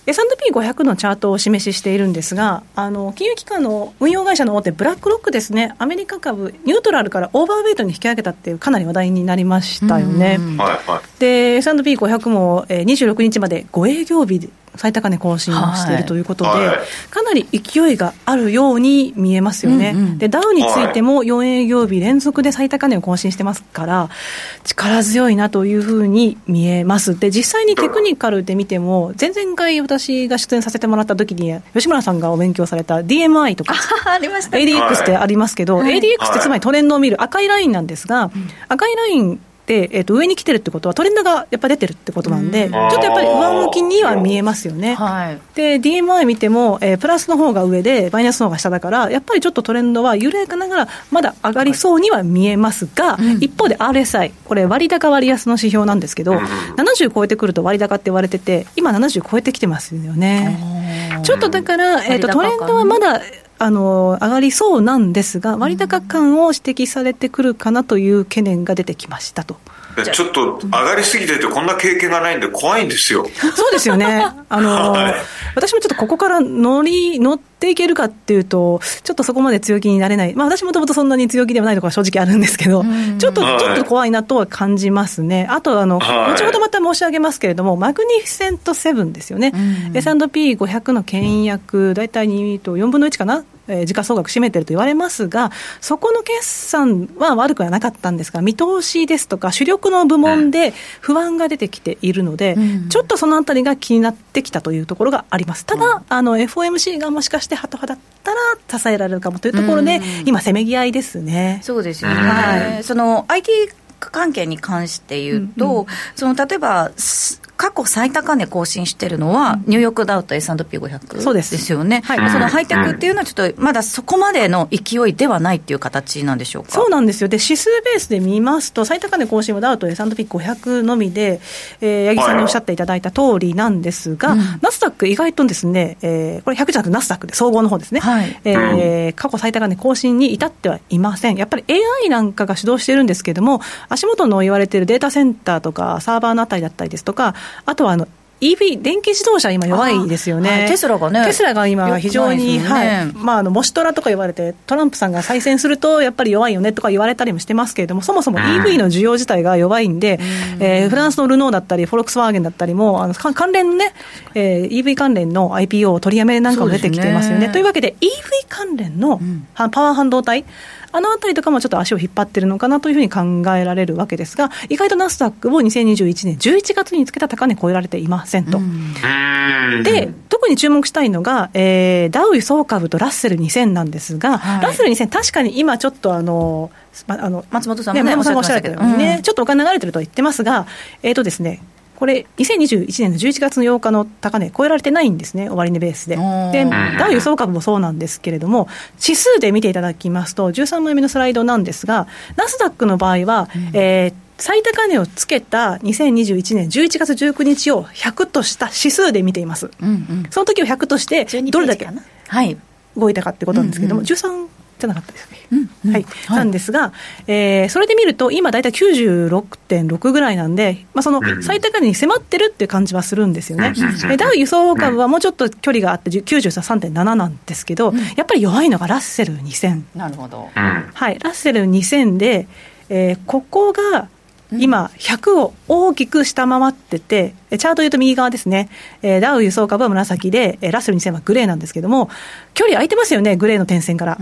エスアンドピーごひゃく のチャートをお示ししているんですが、あの金融機関の運用会社の大手ブラックロックですね、アメリカ株ニュートラルからオーバーウェイトに引き上げたっていうかなり話題になりましたよね。 はいはい、 で エスアンドピーごひゃく もにじゅうろくにちまでご営業日で最高値更新しているということで、はい、かなり勢いがあるように見えますよね、うんうん、でダウについてもよん営業日連続で最高値を更新してますから力強いなというふうに見えます。で実際にテクニカルで見ても前々回私が出演させてもらった時に吉村さんがお勉強された ディーエムアイ とかありましたね、 エーディーエックス ってありますけど、はい、エーディーエックス ってつまりトレンドを見る赤いラインなんですが、うん、赤いラインで、えー、と上に来てるってことはトレンドがやっぱ出てるってことなんで、うん、ちょっとやっぱり上向きには見えますよね、はい、で ディーエムアイ 見ても、えー、プラスの方が上でマイナスの方が下だからやっぱりちょっとトレンドは緩やかながらまだ上がりそうには見えますが、はい、一方で アールエスアイ これ割高割安の指標なんですけど、うん、ななじゅう超えてくると割高って言われてて今ななじゅう超えてきてますよね。ちょっとだから、えー、とトレンドはまだあの上がりそうなんですが割高感を指摘されてくるかなという懸念が出てきましたと。 ちょっと上がりすぎててこんな経験がないんで怖いんですよ。 そうですよね。あの、はい、私もちょっとここから乗り乗っていけるかっていうとちょっとそこまで強気になれない、まあ、私もともとそんなに強気ではないところは正直あるんですけど、ちょっと、はい、ちょっと怖いなとは感じますね。あとあの、はい、後ほどまた申し上げますけれどもマグニフィセントセブンですよね。 エスアンドピーごひゃく の倹約だいたいにとよんぶんのいちかな、えー、時価総額占めていると言われますがそこの決算は悪くはなかったんですが見通しですとか主力の部門で不安が出てきているので、うん、ちょっとそのあたりが気になってきたというところがあります。ただ、うん、あの エフオーエムシー がもしかしてハト派だったら支えられるかもというところで、うん、今せめぎ合いですね。 そうですよね、はい、その アイティー 関係に関して言うと、うんうん、その例えば過去最高値更新してるのはニューヨークダウと エスアンドピーごひゃくそうですですよね、はい、そのハイテクっていうのはちょっとまだそこまでの勢いではないっていう形なんでしょうか。 そうなんですよ。で指数ベースで見ますと最高値更新はダウと エスアンドピーごひゃく のみで、えー、八木さんにおっしゃっていただいた通りなんですが、はい、ナスダック意外とですね、えー、これひゃくじゃなくてナスダックで総合の方ですね、はい、えー、過去最高値更新に至ってはいません。やっぱり エーアイ なんかが主導しているんですけども足元の言われているデータセンターとかサーバーのあたりだったりですとかあとはあのイーブイ 電気自動車今弱いですよね、はい、 テスラがねテスラが今非常に、ね、はい、まあ、あのモシトラとか言われてトランプさんが再選するとやっぱり弱いよねとか言われたりもしてますけれどもそもそも イーブイ の需要自体が弱いんで、うん、えー、フランスのルノーだったりフォルクスワーゲンだったりもあの関連のね、えー、イーブイ 関連の アイピーオー を取りやめなんかも出てきてますよね。というわけで イーブイ 関連のパワー半導体、あのあたりとかもちょっと足を引っ張ってるのかなというふうに考えられるわけですが意外とナスダックをにせんにじゅういちねんじゅういちがつにつけた高値超えられていませんと。で特に注目したいのが、えー、ダウ総株とラッセルにせんなんですが、はい、ラッセルにせん確かに今ちょっとあのあの松本さんもね、 ね、松本さんがおっしゃられたようにね、うん、ちょっとお金流れてるとは言ってますがえーとですねこれにせんにじゅういちねんのじゅういちがつのようかの高値超えられてないんですね終値ベースで。でダウ輸送株もそうなんですけれども指数で見ていただきますとじゅうさんまいめのスライドなんですがナスダックの場合は、うん、えー、最高値をつけたにせんにじゅういちねんじゅういちがつじゅうくにちをひゃくとした指数で見ています、うんうん、その時をひゃくとしてどれだけ動いたかってことなんですけども、うんうん、じゅうさんじゃなかったですね、うんうん、はいはい、なんですが、えー、それで見ると今だいたい きゅうじゅうろくてんろく ぐらいなんで、まあ、その最高値に迫ってるっていう感じはするんですよね、うん、ダウ輸送株はもうちょっと距離があってきゅうじゅうさんてんなな なんですけど、うん、やっぱり弱いのがラッセルにせん。 なるほど、 はい、ラッセルにせんで、えー、ここが今ひゃくを大きく下回っててチャートでいうと右側ですね、えー、ダウ輸送株は紫でラッセルにせんはグレーなんですけども距離空いてますよねグレーの点線から、うん、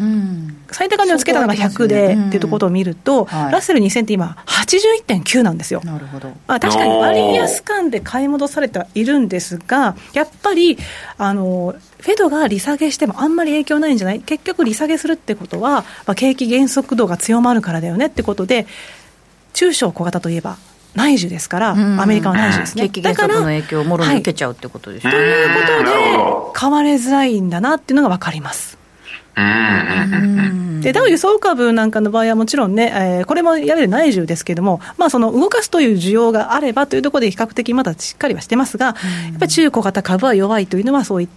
最高値をつけたのがひゃくで、ね、っていうところを見ると、はい、ラッセルにせんって今 はちじゅういってんきゅう なんですよ。 なるほど。 まあ、確かに割安感で買い戻されてはいるんですがやっぱりあのフェドが利下げしてもあんまり影響ないんじゃない結局利下げするってことは、まあ、景気減速度が強まるからだよねってことで中小小型といえば内需ですから、うん、アメリカは内需ですね。 景気減速の影響をもろに受けちゃうってことですね、 はい、ということで買われづらいんだなっていうのが分かります。でダウ輸送株なんかの場合はもちろんね、えー、これもいわゆる内需ですけれども、まあ、その動かすという需要があればというところで比較的まだしっかりはしてますが、やっぱり中小型株は弱いというのはそういった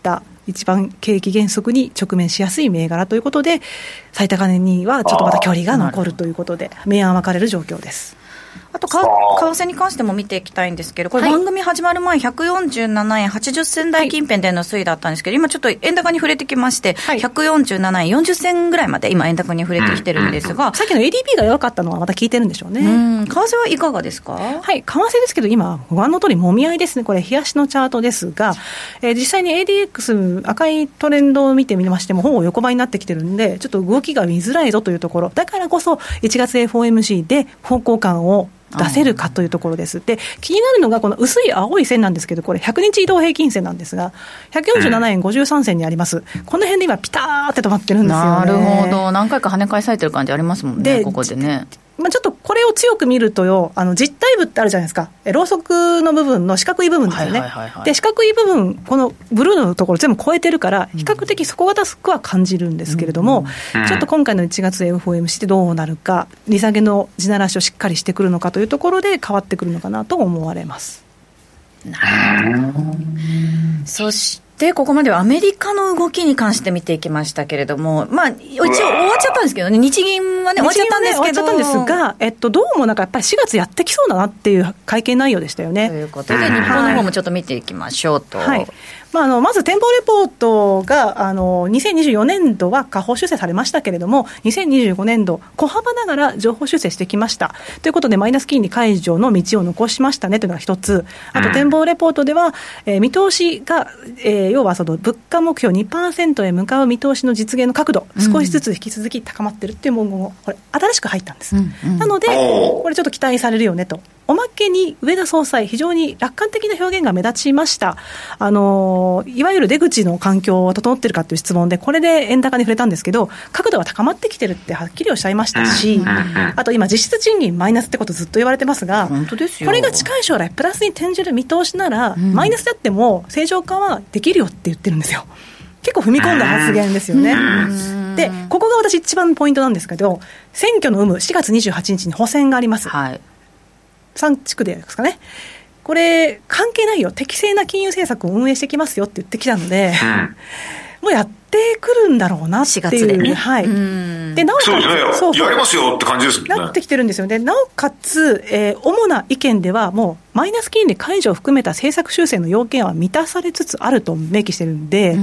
一番景気減速に直面しやすい銘柄ということで、最高値にはちょっとまた距離が残るということで、明暗分かれる状況です。 あと為替に関しても見ていきたいんですけど、これ番組始まる前ひゃくよんじゅうななえんはちじゅっせん台近辺での推移だったんですけど、今ちょっと円高に触れてきまして、はい、ひゃくよんじゅうななえんよんじゅっ銭ぐらいまで今円高に触れてきてるんですが、 さっきの エーディーピー が弱かったのはまた効いてるんでしょうね。 うん、為替はいかがですか？ はい、為替ですけど今ご覧の通りもみ合いですね。これ冷やしのチャートですが、えー、実際に エーディーエックス 赤いトレンドを見てみましてもほぼ横ばいになってきてるんで、ちょっと動きが見づらいぞというところだからこそいちがつ エフオーエムシー で方向感を出せるかというところです。で、気になるのがこの薄い青い線なんですけど、これひゃくにち移動平均線なんですが、ひゃくよんじゅうななえんごじゅうさん銭にあります。この辺で今ピターって止まってるんですよね。 なるほど。何回か跳ね返されてる感じありますもんね、ここでね。 まあ、ちょっとこれを強く見るとよ、あの実体部ってあるじゃないですか。ろうそくの部分の四角い部分ですよね。はいはいはいはい、で四角い部分このブルーのところ全部超えてるから比較的底堅くは感じるんですけれども、うん、ちょっと今回のいちがつ エフオーエムシー でどうなるか、利下げの地ならしをしっかりしてくるのかというところで変わってくるのかなと思われます。 なるほど。そしてでここまではアメリカの動きに関して見ていきましたけれども、まあ、一応終わっちゃったんですけどね、日銀はね、終わっちゃったんですけど、 終わっちゃったんですが、えっと、どうもなんかやっぱりしがつやってきそうだなっていう会見内容でしたよね。 ということで、日本の方もちょっと見ていきましょうと。 はい、まあ、あのまず展望レポートがあのにせんにじゅうよねん度は下方修正されましたけれども、にせんにじゅうごねん度小幅ながら上方修正してきましたということで、マイナス金利解除の道を残しましたねというのが一つ。あと展望レポートでは、えー、見通しが、えー、要はその物価目標 にパーセント へ向かう見通しの実現の角度、少しずつ引き続き高まっているっていう文言をこれ新しく入ったんです、うんうん、なのでこれちょっと期待されるよねと。おまけに上田総裁非常に楽観的な表現が目立ちました。あのいわゆる出口の環境は整っているかという質問で、これで円高に触れたんですけど、角度は高まってきてるってはっきりおっしゃいましたし、あと今実質賃金マイナスってことずっと言われてますが、 本当ですよ。 これが近い将来プラスに転じる見通しなら、うん、マイナスであっても正常化はできるよって言ってるんですよ。結構踏み込んだ発言ですよね。でここが私一番ポイントなんですけど、選挙の有無しがつにじゅうはちにちに補選があります、はい、さん地区でですかね。これ関係ないよ、適正な金融政策を運営してきますよって言ってきたので、うん、もうやってくるんだろうなっていう、しがつでね、はい、うんでなおかつそうですね、そうそうやりますよって感じですもんね。 なってきてるんですよね。なおかつ、えー、主な意見ではもうマイナス金利解除を含めた政策修正の要件は満たされつつあると明記してるんで、うん、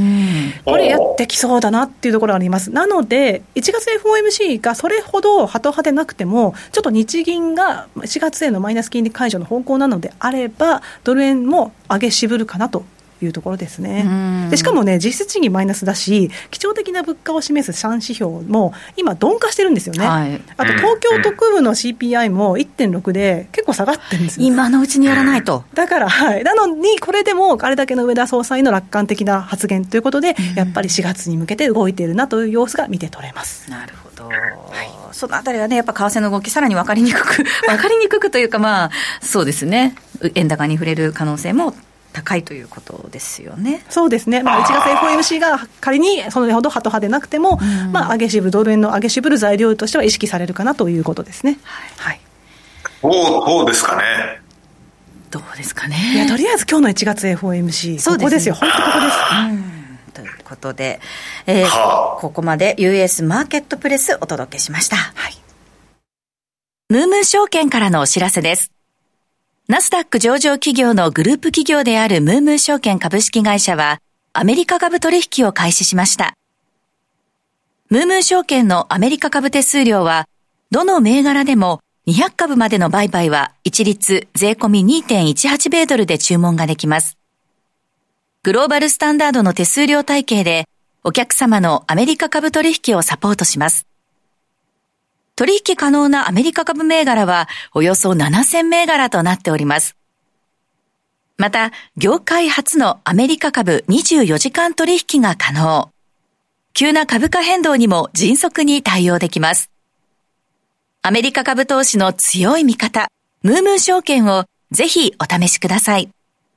これやってきそうだなっていうところがあります。なのでいちがつ エフオーエムシー がそれほどハト派でなくても、ちょっと日銀がしがつへのマイナス金利解除の方向なのであれば、ドル円も上げ渋るかなというところですね。でしかもね、実質賃金マイナスだし、基調的な物価を示すさん指標も今鈍化してるんですよね、はい、あと東京特部の シーピーアイ も いってんろく で結構下がってるんですよ。 今のうちにやらないと。 だから、はい、なのにこれでもあれだけの上田総裁の楽観的な発言ということで、やっぱりしがつに向けて動いているなという様子が見て取れます。 なるほど、はい、そのあたりはね、やっぱ為替の動きさらに分かりにくく分かりにくくというか、まあそうですね、円高に触れる可能性も高いということですよね。 そうですね、まあ、いちがつ エフオーエムシー が仮にそれほどハト派でなくても、うん、まあ、上げ渋るドル円の上げ渋る材料としては意識されるかなということですね。はい、 はい、どうですかね。 どうですかね。 いや、とりあえず今日のいちがつ エフオーエムシー、 そうですね、 ここですよ、本当ここです、 うん、ということで、えーはあ、ここまで ユーエス マーケットプレスお届けしました。はい、ムームー証券からのお知らせです。ナスダック上場企業のグループ企業であるムームー証券株式会社はアメリカ株取引を開始しました。ムームー証券のアメリカ株手数料はどの銘柄でもにひゃくかぶまでの売買は一律税込み にてんいちはち 米ドルで注文ができます。グローバルスタンダードの手数料体系でお客様のアメリカ株取引をサポートします。取引可能なアメリカ株銘柄はおよそななせん銘柄となっております。また、業界初のアメリカ株にじゅうよじかん取引が可能。急な株価変動にも迅速に対応できます。アメリカ株投資の強い味方、ムームー証券をぜひお試しください。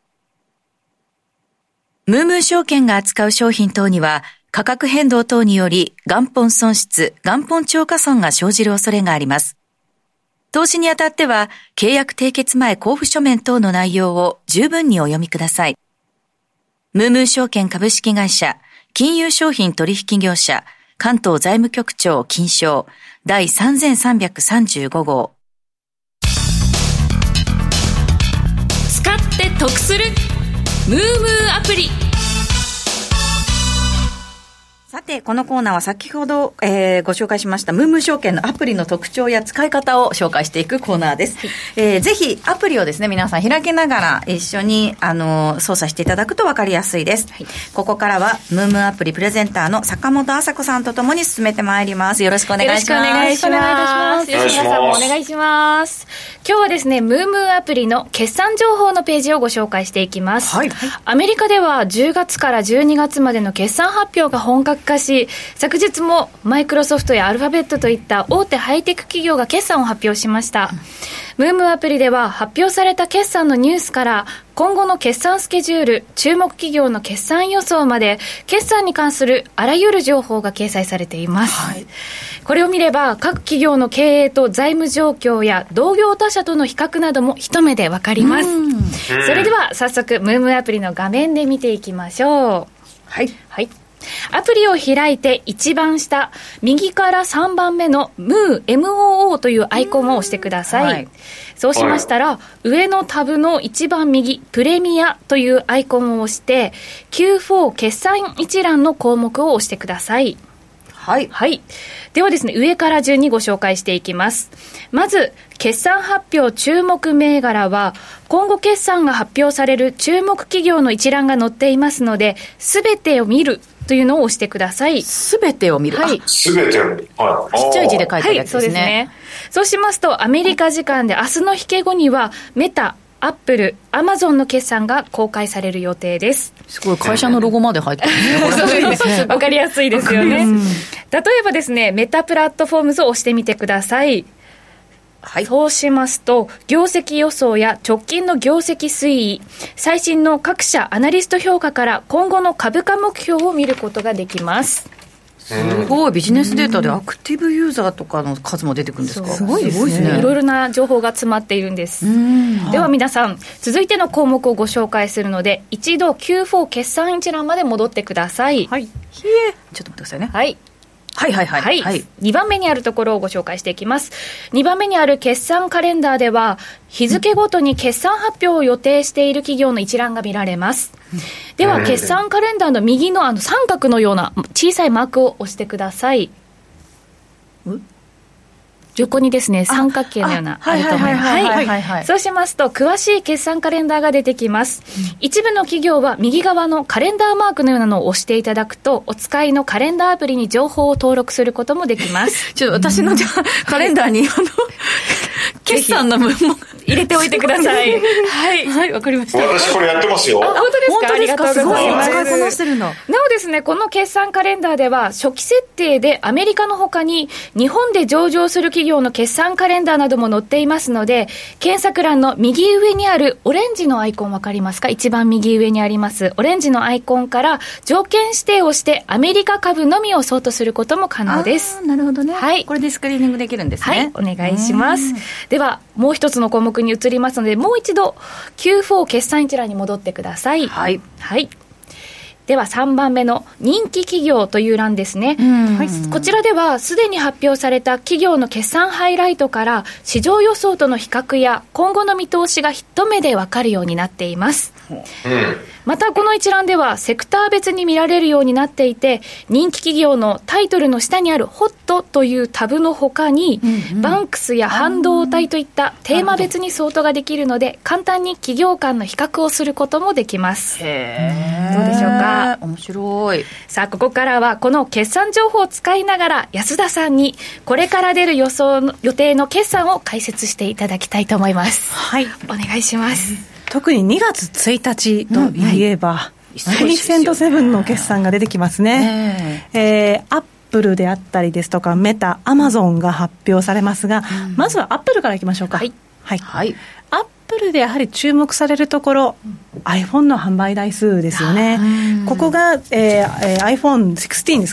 ムームー証券が扱う商品等には、価格変動等により元本損失、元本超過損が生じる恐れがあります。投資にあたっては、契約締結前交付書面等の内容を十分にお読みください。 ムームー証券株式会社、金融商品取引業者、関東財務局長金賞だいさんぜんさんびゃくさんじゅうご号。 使って得するムームーアプリ。 さて、このコーナーは先ほど、えー、ご紹介しましたムームー証券のアプリの特徴や使い方を紹介していくコーナーです、はい。えー、ぜひアプリをですね、皆さん開きながら一緒にあの操作していただくと分かりやすいです、はい。ここからはムームーアプリプレゼンターの坂本麻子さんとともに進めてまいります。よろしくお願いします。 よろしくお願いします。吉村さんもお願いします。今日はですね、ムームーアプリの決算情報のページをご紹介していきます、はい。アメリカではじゅうがつからじゅうにがつまでの決算発表が本格化し、昨日もマイクロソフトやアルファベットといった大手ハイテク企業が決算を発表しました。ムームーアプリでは発表された決算のニュースから今後の決算スケジュール、注目企業の決算予想まで決算に関するあらゆる情報が掲載されています、はい。これを見れば各企業の経営と財務状況や同業他社との比較なども一目でわかります。それでは早速ムームーアプリの画面で見ていきましょう。はい、はい。アプリを開いて一番下右からさんばんめの ムー エムオーオー というアイコンを押してください、はい。そうしましたら上のタブの一番右プレミアというアイコンを押して キューフォー 決算一覧の項目を押してください。はい、はい。ではですね、上から順にご紹介していきます。まず決算発表注目銘柄は今後決算が発表される注目企業の一覧が載っていますので、すべてを見るというのを押してください。 すべてを見る。 はい。すべてを見る。はい。 ちっちゃい字で書いてあるやつですね。はい、そうですね。 そうしますと、アメリカ時間で明日の引け後には、メタ、アップル、アマゾンの決算が公開される予定です。 すごい、会社のロゴまで入ってるね。 そうですね。わかりやすいですよね。例えばですね、メタプラットフォームズを押してみてください。はい、そうしますと業績予想や直近の業績推移、最新の各社アナリスト評価から今後の株価目標を見ることができます。 すごい、ビジネスデータでアクティブユーザーとかの数も出てくるんですか。 すごいですね。いろいろな情報が詰まっているんです。では皆さん、続いての項目をご紹介するので一度 キューフォー 決算一覧まで戻ってください。はい。 ひえ、ちょっと待ってくださいね。はい。はいはいはい、はいはい、 にばんめにあるところをご紹介していきます。にばんめにある決算カレンダーでは日付ごとに決算発表を予定している企業の一覧が見られます。では決算カレンダーの右のあの三角のような小さいマークを押してください。横にですね、三角形のようなあると思います。そうしますと詳しい決算カレンダーが出てきます、うん、一部の企業は右側のカレンダーマークのようなのを押していただくとお使いのカレンダーアプリに情報を登録することもできます。 ちょっと私のじゃあカレンダーにあの決算の分も入れておいてください。はいはい、わかりました。 私これやってますよ。 あ、本当ですか。ありがとうございます。 使いこなしてるの。なおですね、この決算カレンダーでは初期設定でアメリカの他に日本で上場する企業の決算カレンダーなども載っていますので、検索欄の右上にあるオレンジのアイコンわかりますか。一番右上にありますオレンジのアイコンから条件指定をしてアメリカ株のみをソートすることも可能です。 あ、なるほどね。はい、これでスクリーニングできるんですね。 はい、お願いします。ではもう一つの項目に移りますので、もう一度 キューフォー 決算一覧に戻ってください。はい、はい。ではさんばんめの人気企業という欄ですね、はい、こちらではすでに発表された企業の決算ハイライトから市場予想との比較や今後の見通しが一目で分かるようになっています、うん、またこの一覧ではセクター別に見られるようになっていて、人気企業のタイトルの下にあるホットというタブの他に、うんうん、バンクスや半導体といったテーマ別にソートができるので簡単に企業間の比較をすることもできます。へー、どうでしょうか。 面白い。 さあここからはこの決算情報を使いながら安田さんにこれから出る予想の予定の決算を解説していただきたいと思います。はい、お願いします。 特ににがつついたちといえば、うん、はい、テンセントセブンの決算が出てきますね、えー、アップルであったりですとかメタ、アマゾンが発表されますが、うん、まずはアップルからいきましょうか。はい、はいはい、アップルでやはり注目されるところ、うん、iPhone の販売台数ですよね。ここが、えーえー、アイフォンシクスティーン ですか、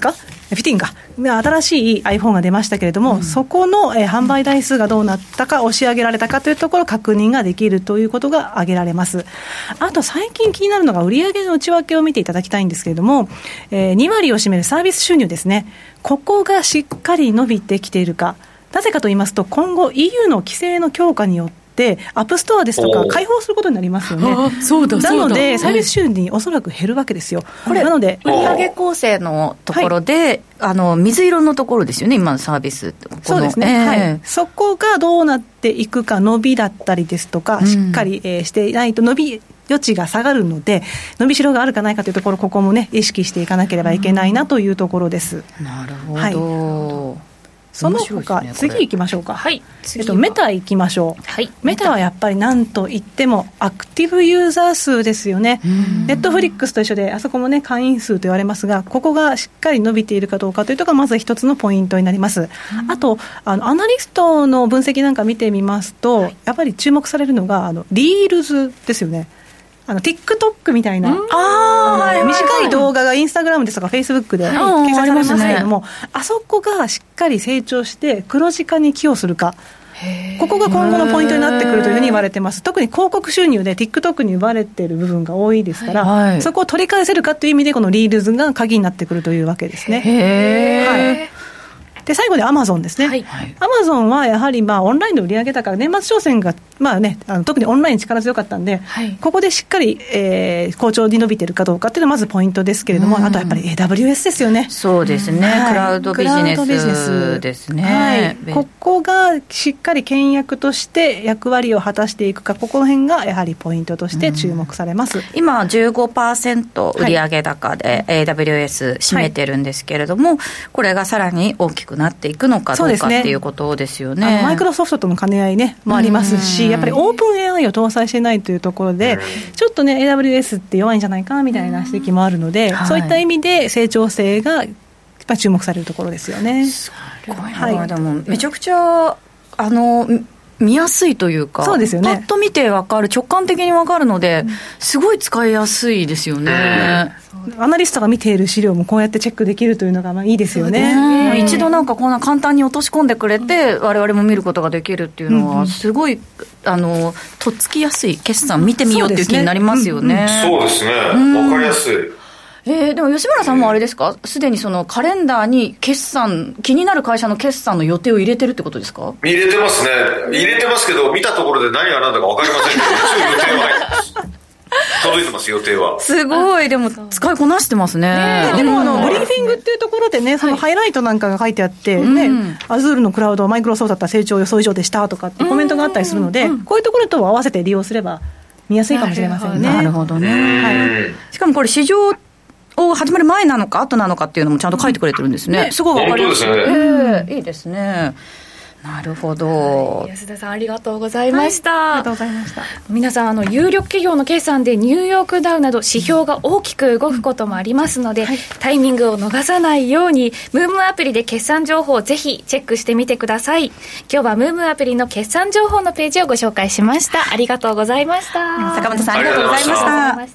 フィフティーンか、新しい iPhone が出ましたけれども、うん、そこの、えー、販売台数がどうなったか、押し上げられたかというところを確認ができるということが挙げられます。あと最近気になるのが売上の内訳を見ていただきたいんですけれども、えー、に割を占めるサービス収入ですね。ここがしっかり伸びてきているか。なぜかと言いますと、今後 イーユー の規制の強化によってでアップストアですとか開放することになりますよね。 そうだそうだ。 なのでサービス収入おそらく減るわけですよ。 これなので売上構成のところで、はい、あの水色のところですよね、今のサービス。 そうですね、えーはい、そこがどうなっていくか、伸びだったりですとか、うん、しっかり、えー、していないと伸び余地が下がるので、伸びしろがあるかないかというところ、ここもね意識していかなければいけないなというところです。 うん、なるほど、はい。 その他、ね、次行きましょうか。 はい。 えっと、メタ行きましょう。 はい。 メタはやっぱり何と言ってもアクティブユーザー数ですよね。ネットフリックスと一緒で、あそこもね会員数と言われますが、ここがしっかり伸びているかどうかというところがまず一つのポイントになります。あとあのアナリストの分析なんか見てみますと、はい、やっぱり注目されるのがあのリールズですよね。あの TikTok みたいな、ああ短い動画がインスタグラムですとかフェイスブックで掲載されますけれども、 あ, ね、あそこがしっかり成長して黒字化に寄与するか、ここが今後のポイントになってくるというふうに言われてます。特に広告収入で TikTok に奪われている部分が多いですから、はい、そこを取り返せるかという意味でこのリールズが鍵になってくるというわけですね。 へー、 はい。で最後にアマゾンですね。アマゾンはやはりまあオンラインの売上高、年末商戦がまあね、あの特にオンライン力強かったんで、はい、ここでしっかり、えー、好調に伸びているかどうかっていうのがまずポイントですけれども、あとやっぱり エーダブリューエス ですよね。 そうですね、はい、クラウドビジネスですね、 はい、ここがしっかり倹約として役割を果たしていくか、ここの辺がやはりポイントとして注目されます。 今 じゅうごパーセント 売上高で エーダブリューエス 占めてるんですけれども、はい、これがさらに大きくなっていくのかどうかっていうことですよね。 マイクロソフトとの兼ね合い、ね、もありますし、やっぱりオープン エーアイ を搭載してないというところで、ちょっとね エーダブリューエス って弱いんじゃないかみたいな指摘もあるので、はい、そういった意味で成長性がやっぱり注目されるところですよね。 すごいな、はい、でもめちゃくちゃあの見やすいというか、 そうですよね、 パッと見て分かる、直感的に分かるので、すごい使いやすいですよね。 アナリストが見ている資料もこうやってチェックできるというのがまあいいですよね。 うん、一度なんかこんな簡単に落とし込んでくれて、我々も見ることができるっていうのはすごい、うん、あのとっつきやすい、決算見てみようっていう気になりますよね。 そうですね、分かりやすい。 えー、でも吉村さんもあれですか、すでにそのカレンダーに決算、気になる会社の決算の予定を入れてるってことですか？ 入れてますね。入れてますけど、見たところで何が何だか分かりませんけど、予定は入ってます。届いてます、予定は。 すごい、でも使いこなしてますね。 でもあのブリーフィングっていうところでね、そのハイライトなんかが書いてあって、ね、うん、アズールのクラウドはマイクロソフトだったら成長予想以上でしたとかってコメントがあったりするので、こういうところと合わせて利用すれば見やすいかもしれませんね。 なるほどね。はい、しかもこれ市場を始まる前なのか後なのかっていうのもちゃんと書いてくれてるんですね。ね、すごい分かりやすい。 本当ですね。 えー、いいですね。なるほど、 はい、安田さんありがとうございました、はい、 ありがとうございました。 皆さん、あの有力企業の決算でニューヨークダウなど指標が大きく動くこともありますので、うん、はい、タイミングを逃さないようにムームアプリで決算情報をぜひチェックしてみてください。今日はムームアプリの決算情報のページをご紹介しました。ありがとうございました。 坂本さんありがとうございました。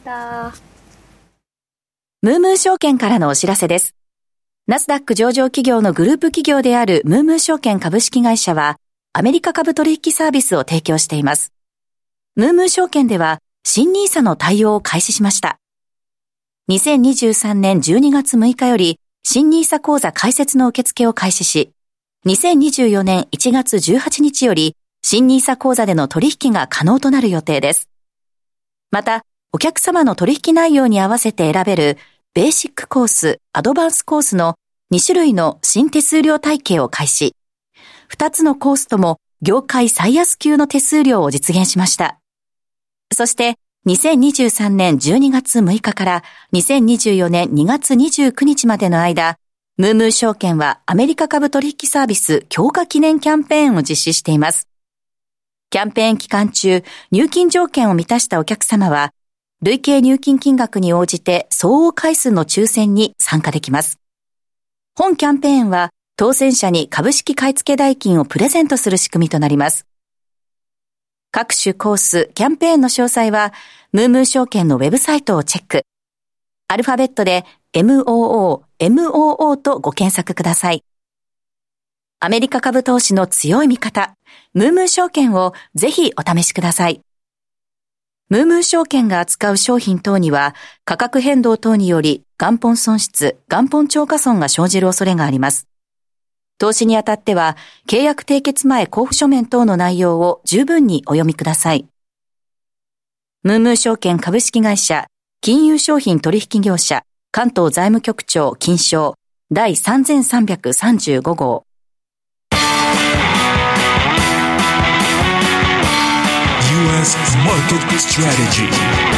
ムームー証券からのお知らせです。ナスダック上場企業のグループ企業であるムームー証券株式会社は、アメリカ株取引サービスを提供しています。ムームー証券では、新ニーサの対応を開始しました。にせんにじゅうさんねんじゅうにがつむいかより、新ニーサ口座開設の受付を開始し、にせんにじゅうよねんいちがつじゅうはちにちより、新ニーサ口座での取引が可能となる予定です。また、お客様の取引内容に合わせて選べる、ベーシックコース、アドバンスコースのにしゅるいの新手数料体系を開始。ふたつのコースとも業界最安級の手数料を実現しました。そして、にせんにじゅうさんねんじゅうにがつむいかからにせんにじゅうよねんにがつにじゅうくにちまでの間、ムームー証券はアメリカ株取引サービス強化記念キャンペーンを実施しています。キャンペーン期間中、入金条件を満たしたお客様は、累計入金金額に応じて相応回数の抽選に参加できます。本キャンペーンは当選者に株式買付代金をプレゼントする仕組みとなります。各種コース、キャンペーンの詳細はムームー証券のウェブサイトをチェック。アルファベットでエムオーオー、エムオーオー とご検索ください。アメリカ株投資の強い味方、ムームー証券をぜひお試しください。ムームー証券が扱う商品等には価格変動等により元本損失、元本超過損が生じる恐れがあります。投資にあたっては契約締結前交付書面等の内容を十分にお読みください。ムームー証券株式会社金融商品取引業者関東財務局長金賞第さんぜんさんびゃくさんじゅうご号。 ユーエス Market Strategy。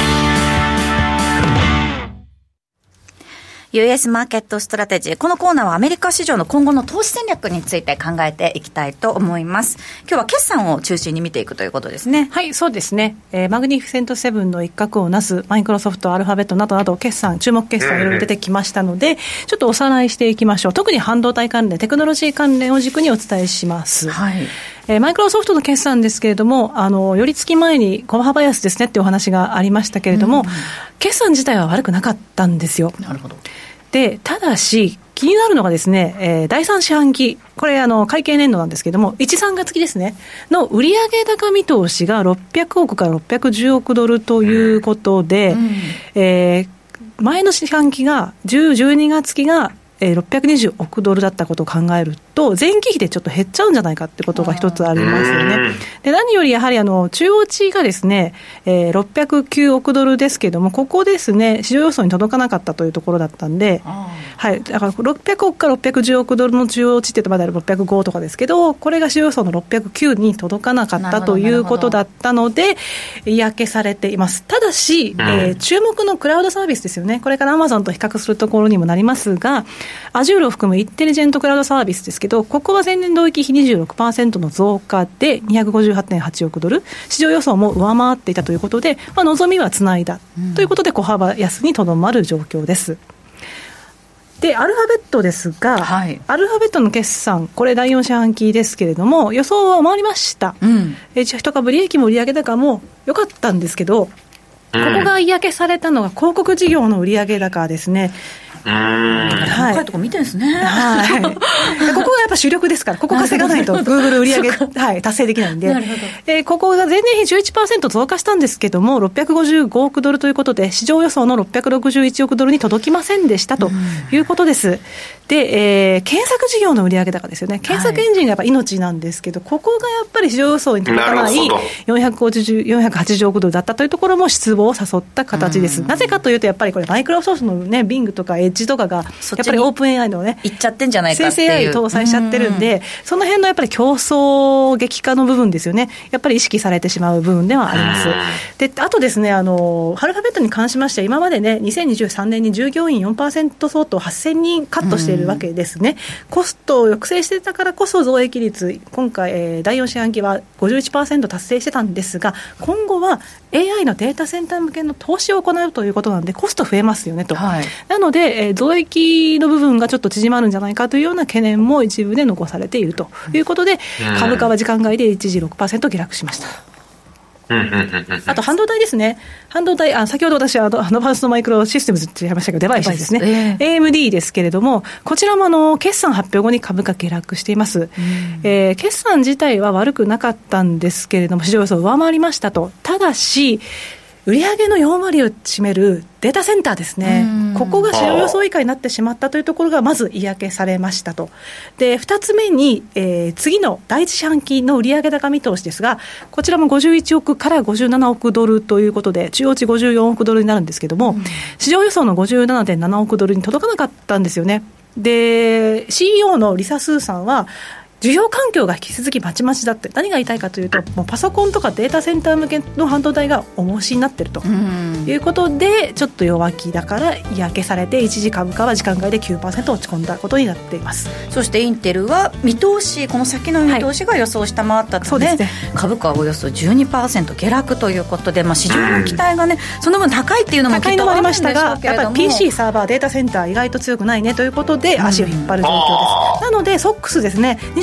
ユーエス マーケットストラテジー。このコーナーはアメリカ市場の今後の投資戦略について考えていきたいと思います。今日は決算を中心に見ていくということですね。 はい、そうですね。えー、マグニフィセントセブンの一角をなすマイクロソフト、アルファベットなどなど決算、注目決算いろいろ出てきましたので、ちょっとおさらいしていきましょう。特に半導体関連、テクノロジー関連を軸にお伝えします。 はい。 えー、マイクロソフトの決算ですけれども、あの、寄り付き前に小幅安ですねっていうお話がありましたけれども、うんうん、決算自体は悪くなかったんですよ。 なるほど。 で、ただし気になるのがですね、えー、だいさん四半期、これあの会計年度なんですけれども、いち、さんがつ期ですねの売上高見通しがろっぴゃくおくからろっぴゃくじゅうおくドルということで、うん、えー、前の四半期がじゅう、じゅうにがつ期がろっぴゃくにじゅうおくドルだったことを考えると、前期比でちょっと減っちゃうんじゃないかってことが一つありますよね。で、何よりやはりあの中央値がですね、えー、ろっぴゃくきゅうおくドルですけども、ここですね、市場予想に届かなかったというところだったんで、はい、だからろっぴゃくおくからろっぴゃくじゅうおくドルの中央値って言うとまだろっぴゃくごとかですけど、これが市場予想のろっぴゃくきゅうに届かなかったということだったので、嫌気されています。ただし、えー、注目のクラウドサービスですよね。これからアマゾンと比較するところにもなりますが、アジュールを含むインテリジェントクラウドサービスですけど、ここは前年同期比 にじゅうろくパーセント の増加でにひゃくごじゅうはちてんはちおくドル、市場予想も上回っていたということで、まあ、望みはつないだ、うん、ということで小幅安にとどまる状況です。で、アルファベットですが、はい、アルファベットの決算、これだいよん四半期ですけれども、予想は回りました、うん、え一株利益も売上高も良かったんですけど、ここが嫌気されたのが広告事業の売上高ですね。 うん、はい、高いとこ見てるんですね。はい。 ここがやっぱ主力ですから、ここ稼がないと Google 売上はい、達成できないんで。なるほど。で、ここが前年比 じゅういちパーセント 増加したんですけども、ろっぴゃくごじゅうごおくドルということで、市場予想のろっぴゃくろくじゅういちおくドルに届きませんでしたということです。で、えー、検索事業の売上高ですよね。検索エンジンがやっぱ命なんですけど、はい、ここがやっぱり市場予想に届かないよんひゃくごじゅう、よんひゃくはちじゅうおくドルだったというところも失望を誘った形です。なぜかというと、やっぱりこれマイクロソフトのね、Bing とかエッジとかがやっぱりオープン エーアイ のね、 いっちゃってんじゃないかっていう、 生成 エーアイ 搭載しちゃってるんで、その辺のやっぱり競争激化の部分ですよね。やっぱり意識されてしまう部分ではあります。で、あとですね、あのアルファベットに関しましては、今までね、にせんにじゅうさんねんに従業員 よんパーセント 相当はっせんにんカットしているわけですね。コストを抑制してたからこそ増益率、今回、えー、だいよん四半期は ごじゅういちパーセント 達成してたんですが、今後は エーアイ のデータセンター向けの投資を行うということなんで、コスト増えますよねと、はい、なので、えー、増益の部分がちょっと縮まるんじゃないかというような懸念も一部で残されているということで、うん、株価は時間外で一時 ろくパーセント 下落しました。あと半導体ですね。半導体、あ、先ほど私はアドバンストマイクロシステムズって言いましたけど、デバイスですね、えー、エーエムディー ですけれども、こちらもあの決算発表後に株価下落しています、うん、えー、決算自体は悪くなかったんですけれども、市場予想を上回りましたと。ただし売上のよん割を占めるデータセンターですね、ここが市場予想以下になってしまったというところがまず嫌気されましたと。で、ふたつめに、えー、次のだいいち四半期の売上高見通しですが、こちらもごじゅういちおくからごじゅうななおくドルということで、中央値ごじゅうよんおくドルになるんですけども、うん、市場予想の ごじゅうななてんななおくドルに届かなかったんですよね。で、シーイーオー のリサ・スーさんは、需要環境が引き続きまちまちだって、何が言いたいかというと、もうパソコンとかデータセンター向けの半導体が重しになっているということで、ちょっと弱気だから嫌気されて、一時株価は時間外で きゅうパーセント 落ち込んだことになっています。 そしてインテルは見通し、この先の見通しが予想下回ったので、はい、でね、株価はおよそ じゅうにパーセント 下落ということで、まあ、市場の期待がね、その分高いっていうのもきっとあるんでしょうけれども、高いのもありましたが、やっぱり ピーシー サーバーデータセンター意外と強くないねということで足を引っ張る状況です。なのでソックスですね、にじゅう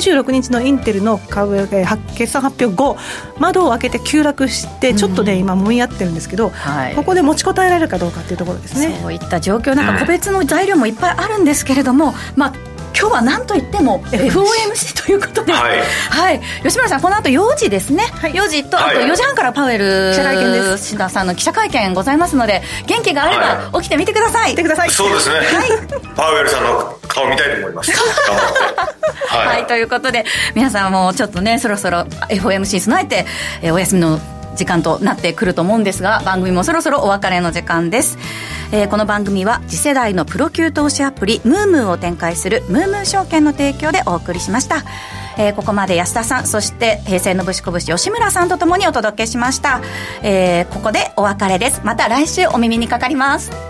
じゅうろくにちのインテルの株、えー、決算発表後窓を開けて急落してちょっとね、うん、今もみ合ってるんですけど、はい、ここで持ちこたえられるかどうかっていうところですね。 そういった状況、なんか個別の材料もいっぱいあるんですけれども、まあ今日は何といっても エフオーエムシー ということで、はいはい、吉村さんこの後よじですね、はい、よじとあとよじはんからパウエル記者会見です。志田さんの記者会見ございますので、元気があれば起きてみてください、はい、てください。 そうですね、はい、パウエルさんの顔見たいと思いますはい、はい、ということで皆さんもちょっとねそろそろ エフオーエムシー に備えて、えー、お休みの時間となってくると思うんですが、番組もそろそろお別れの時間です。えー、この番組は次世代のプロ級投資アプリムームーを展開するムームー証券の提供でお送りしました。えー、ここまで安田さん、そして平成のぶしこぶし吉村さんとともにお届けしました。えー、ここでお別れです。また来週お耳にかかります。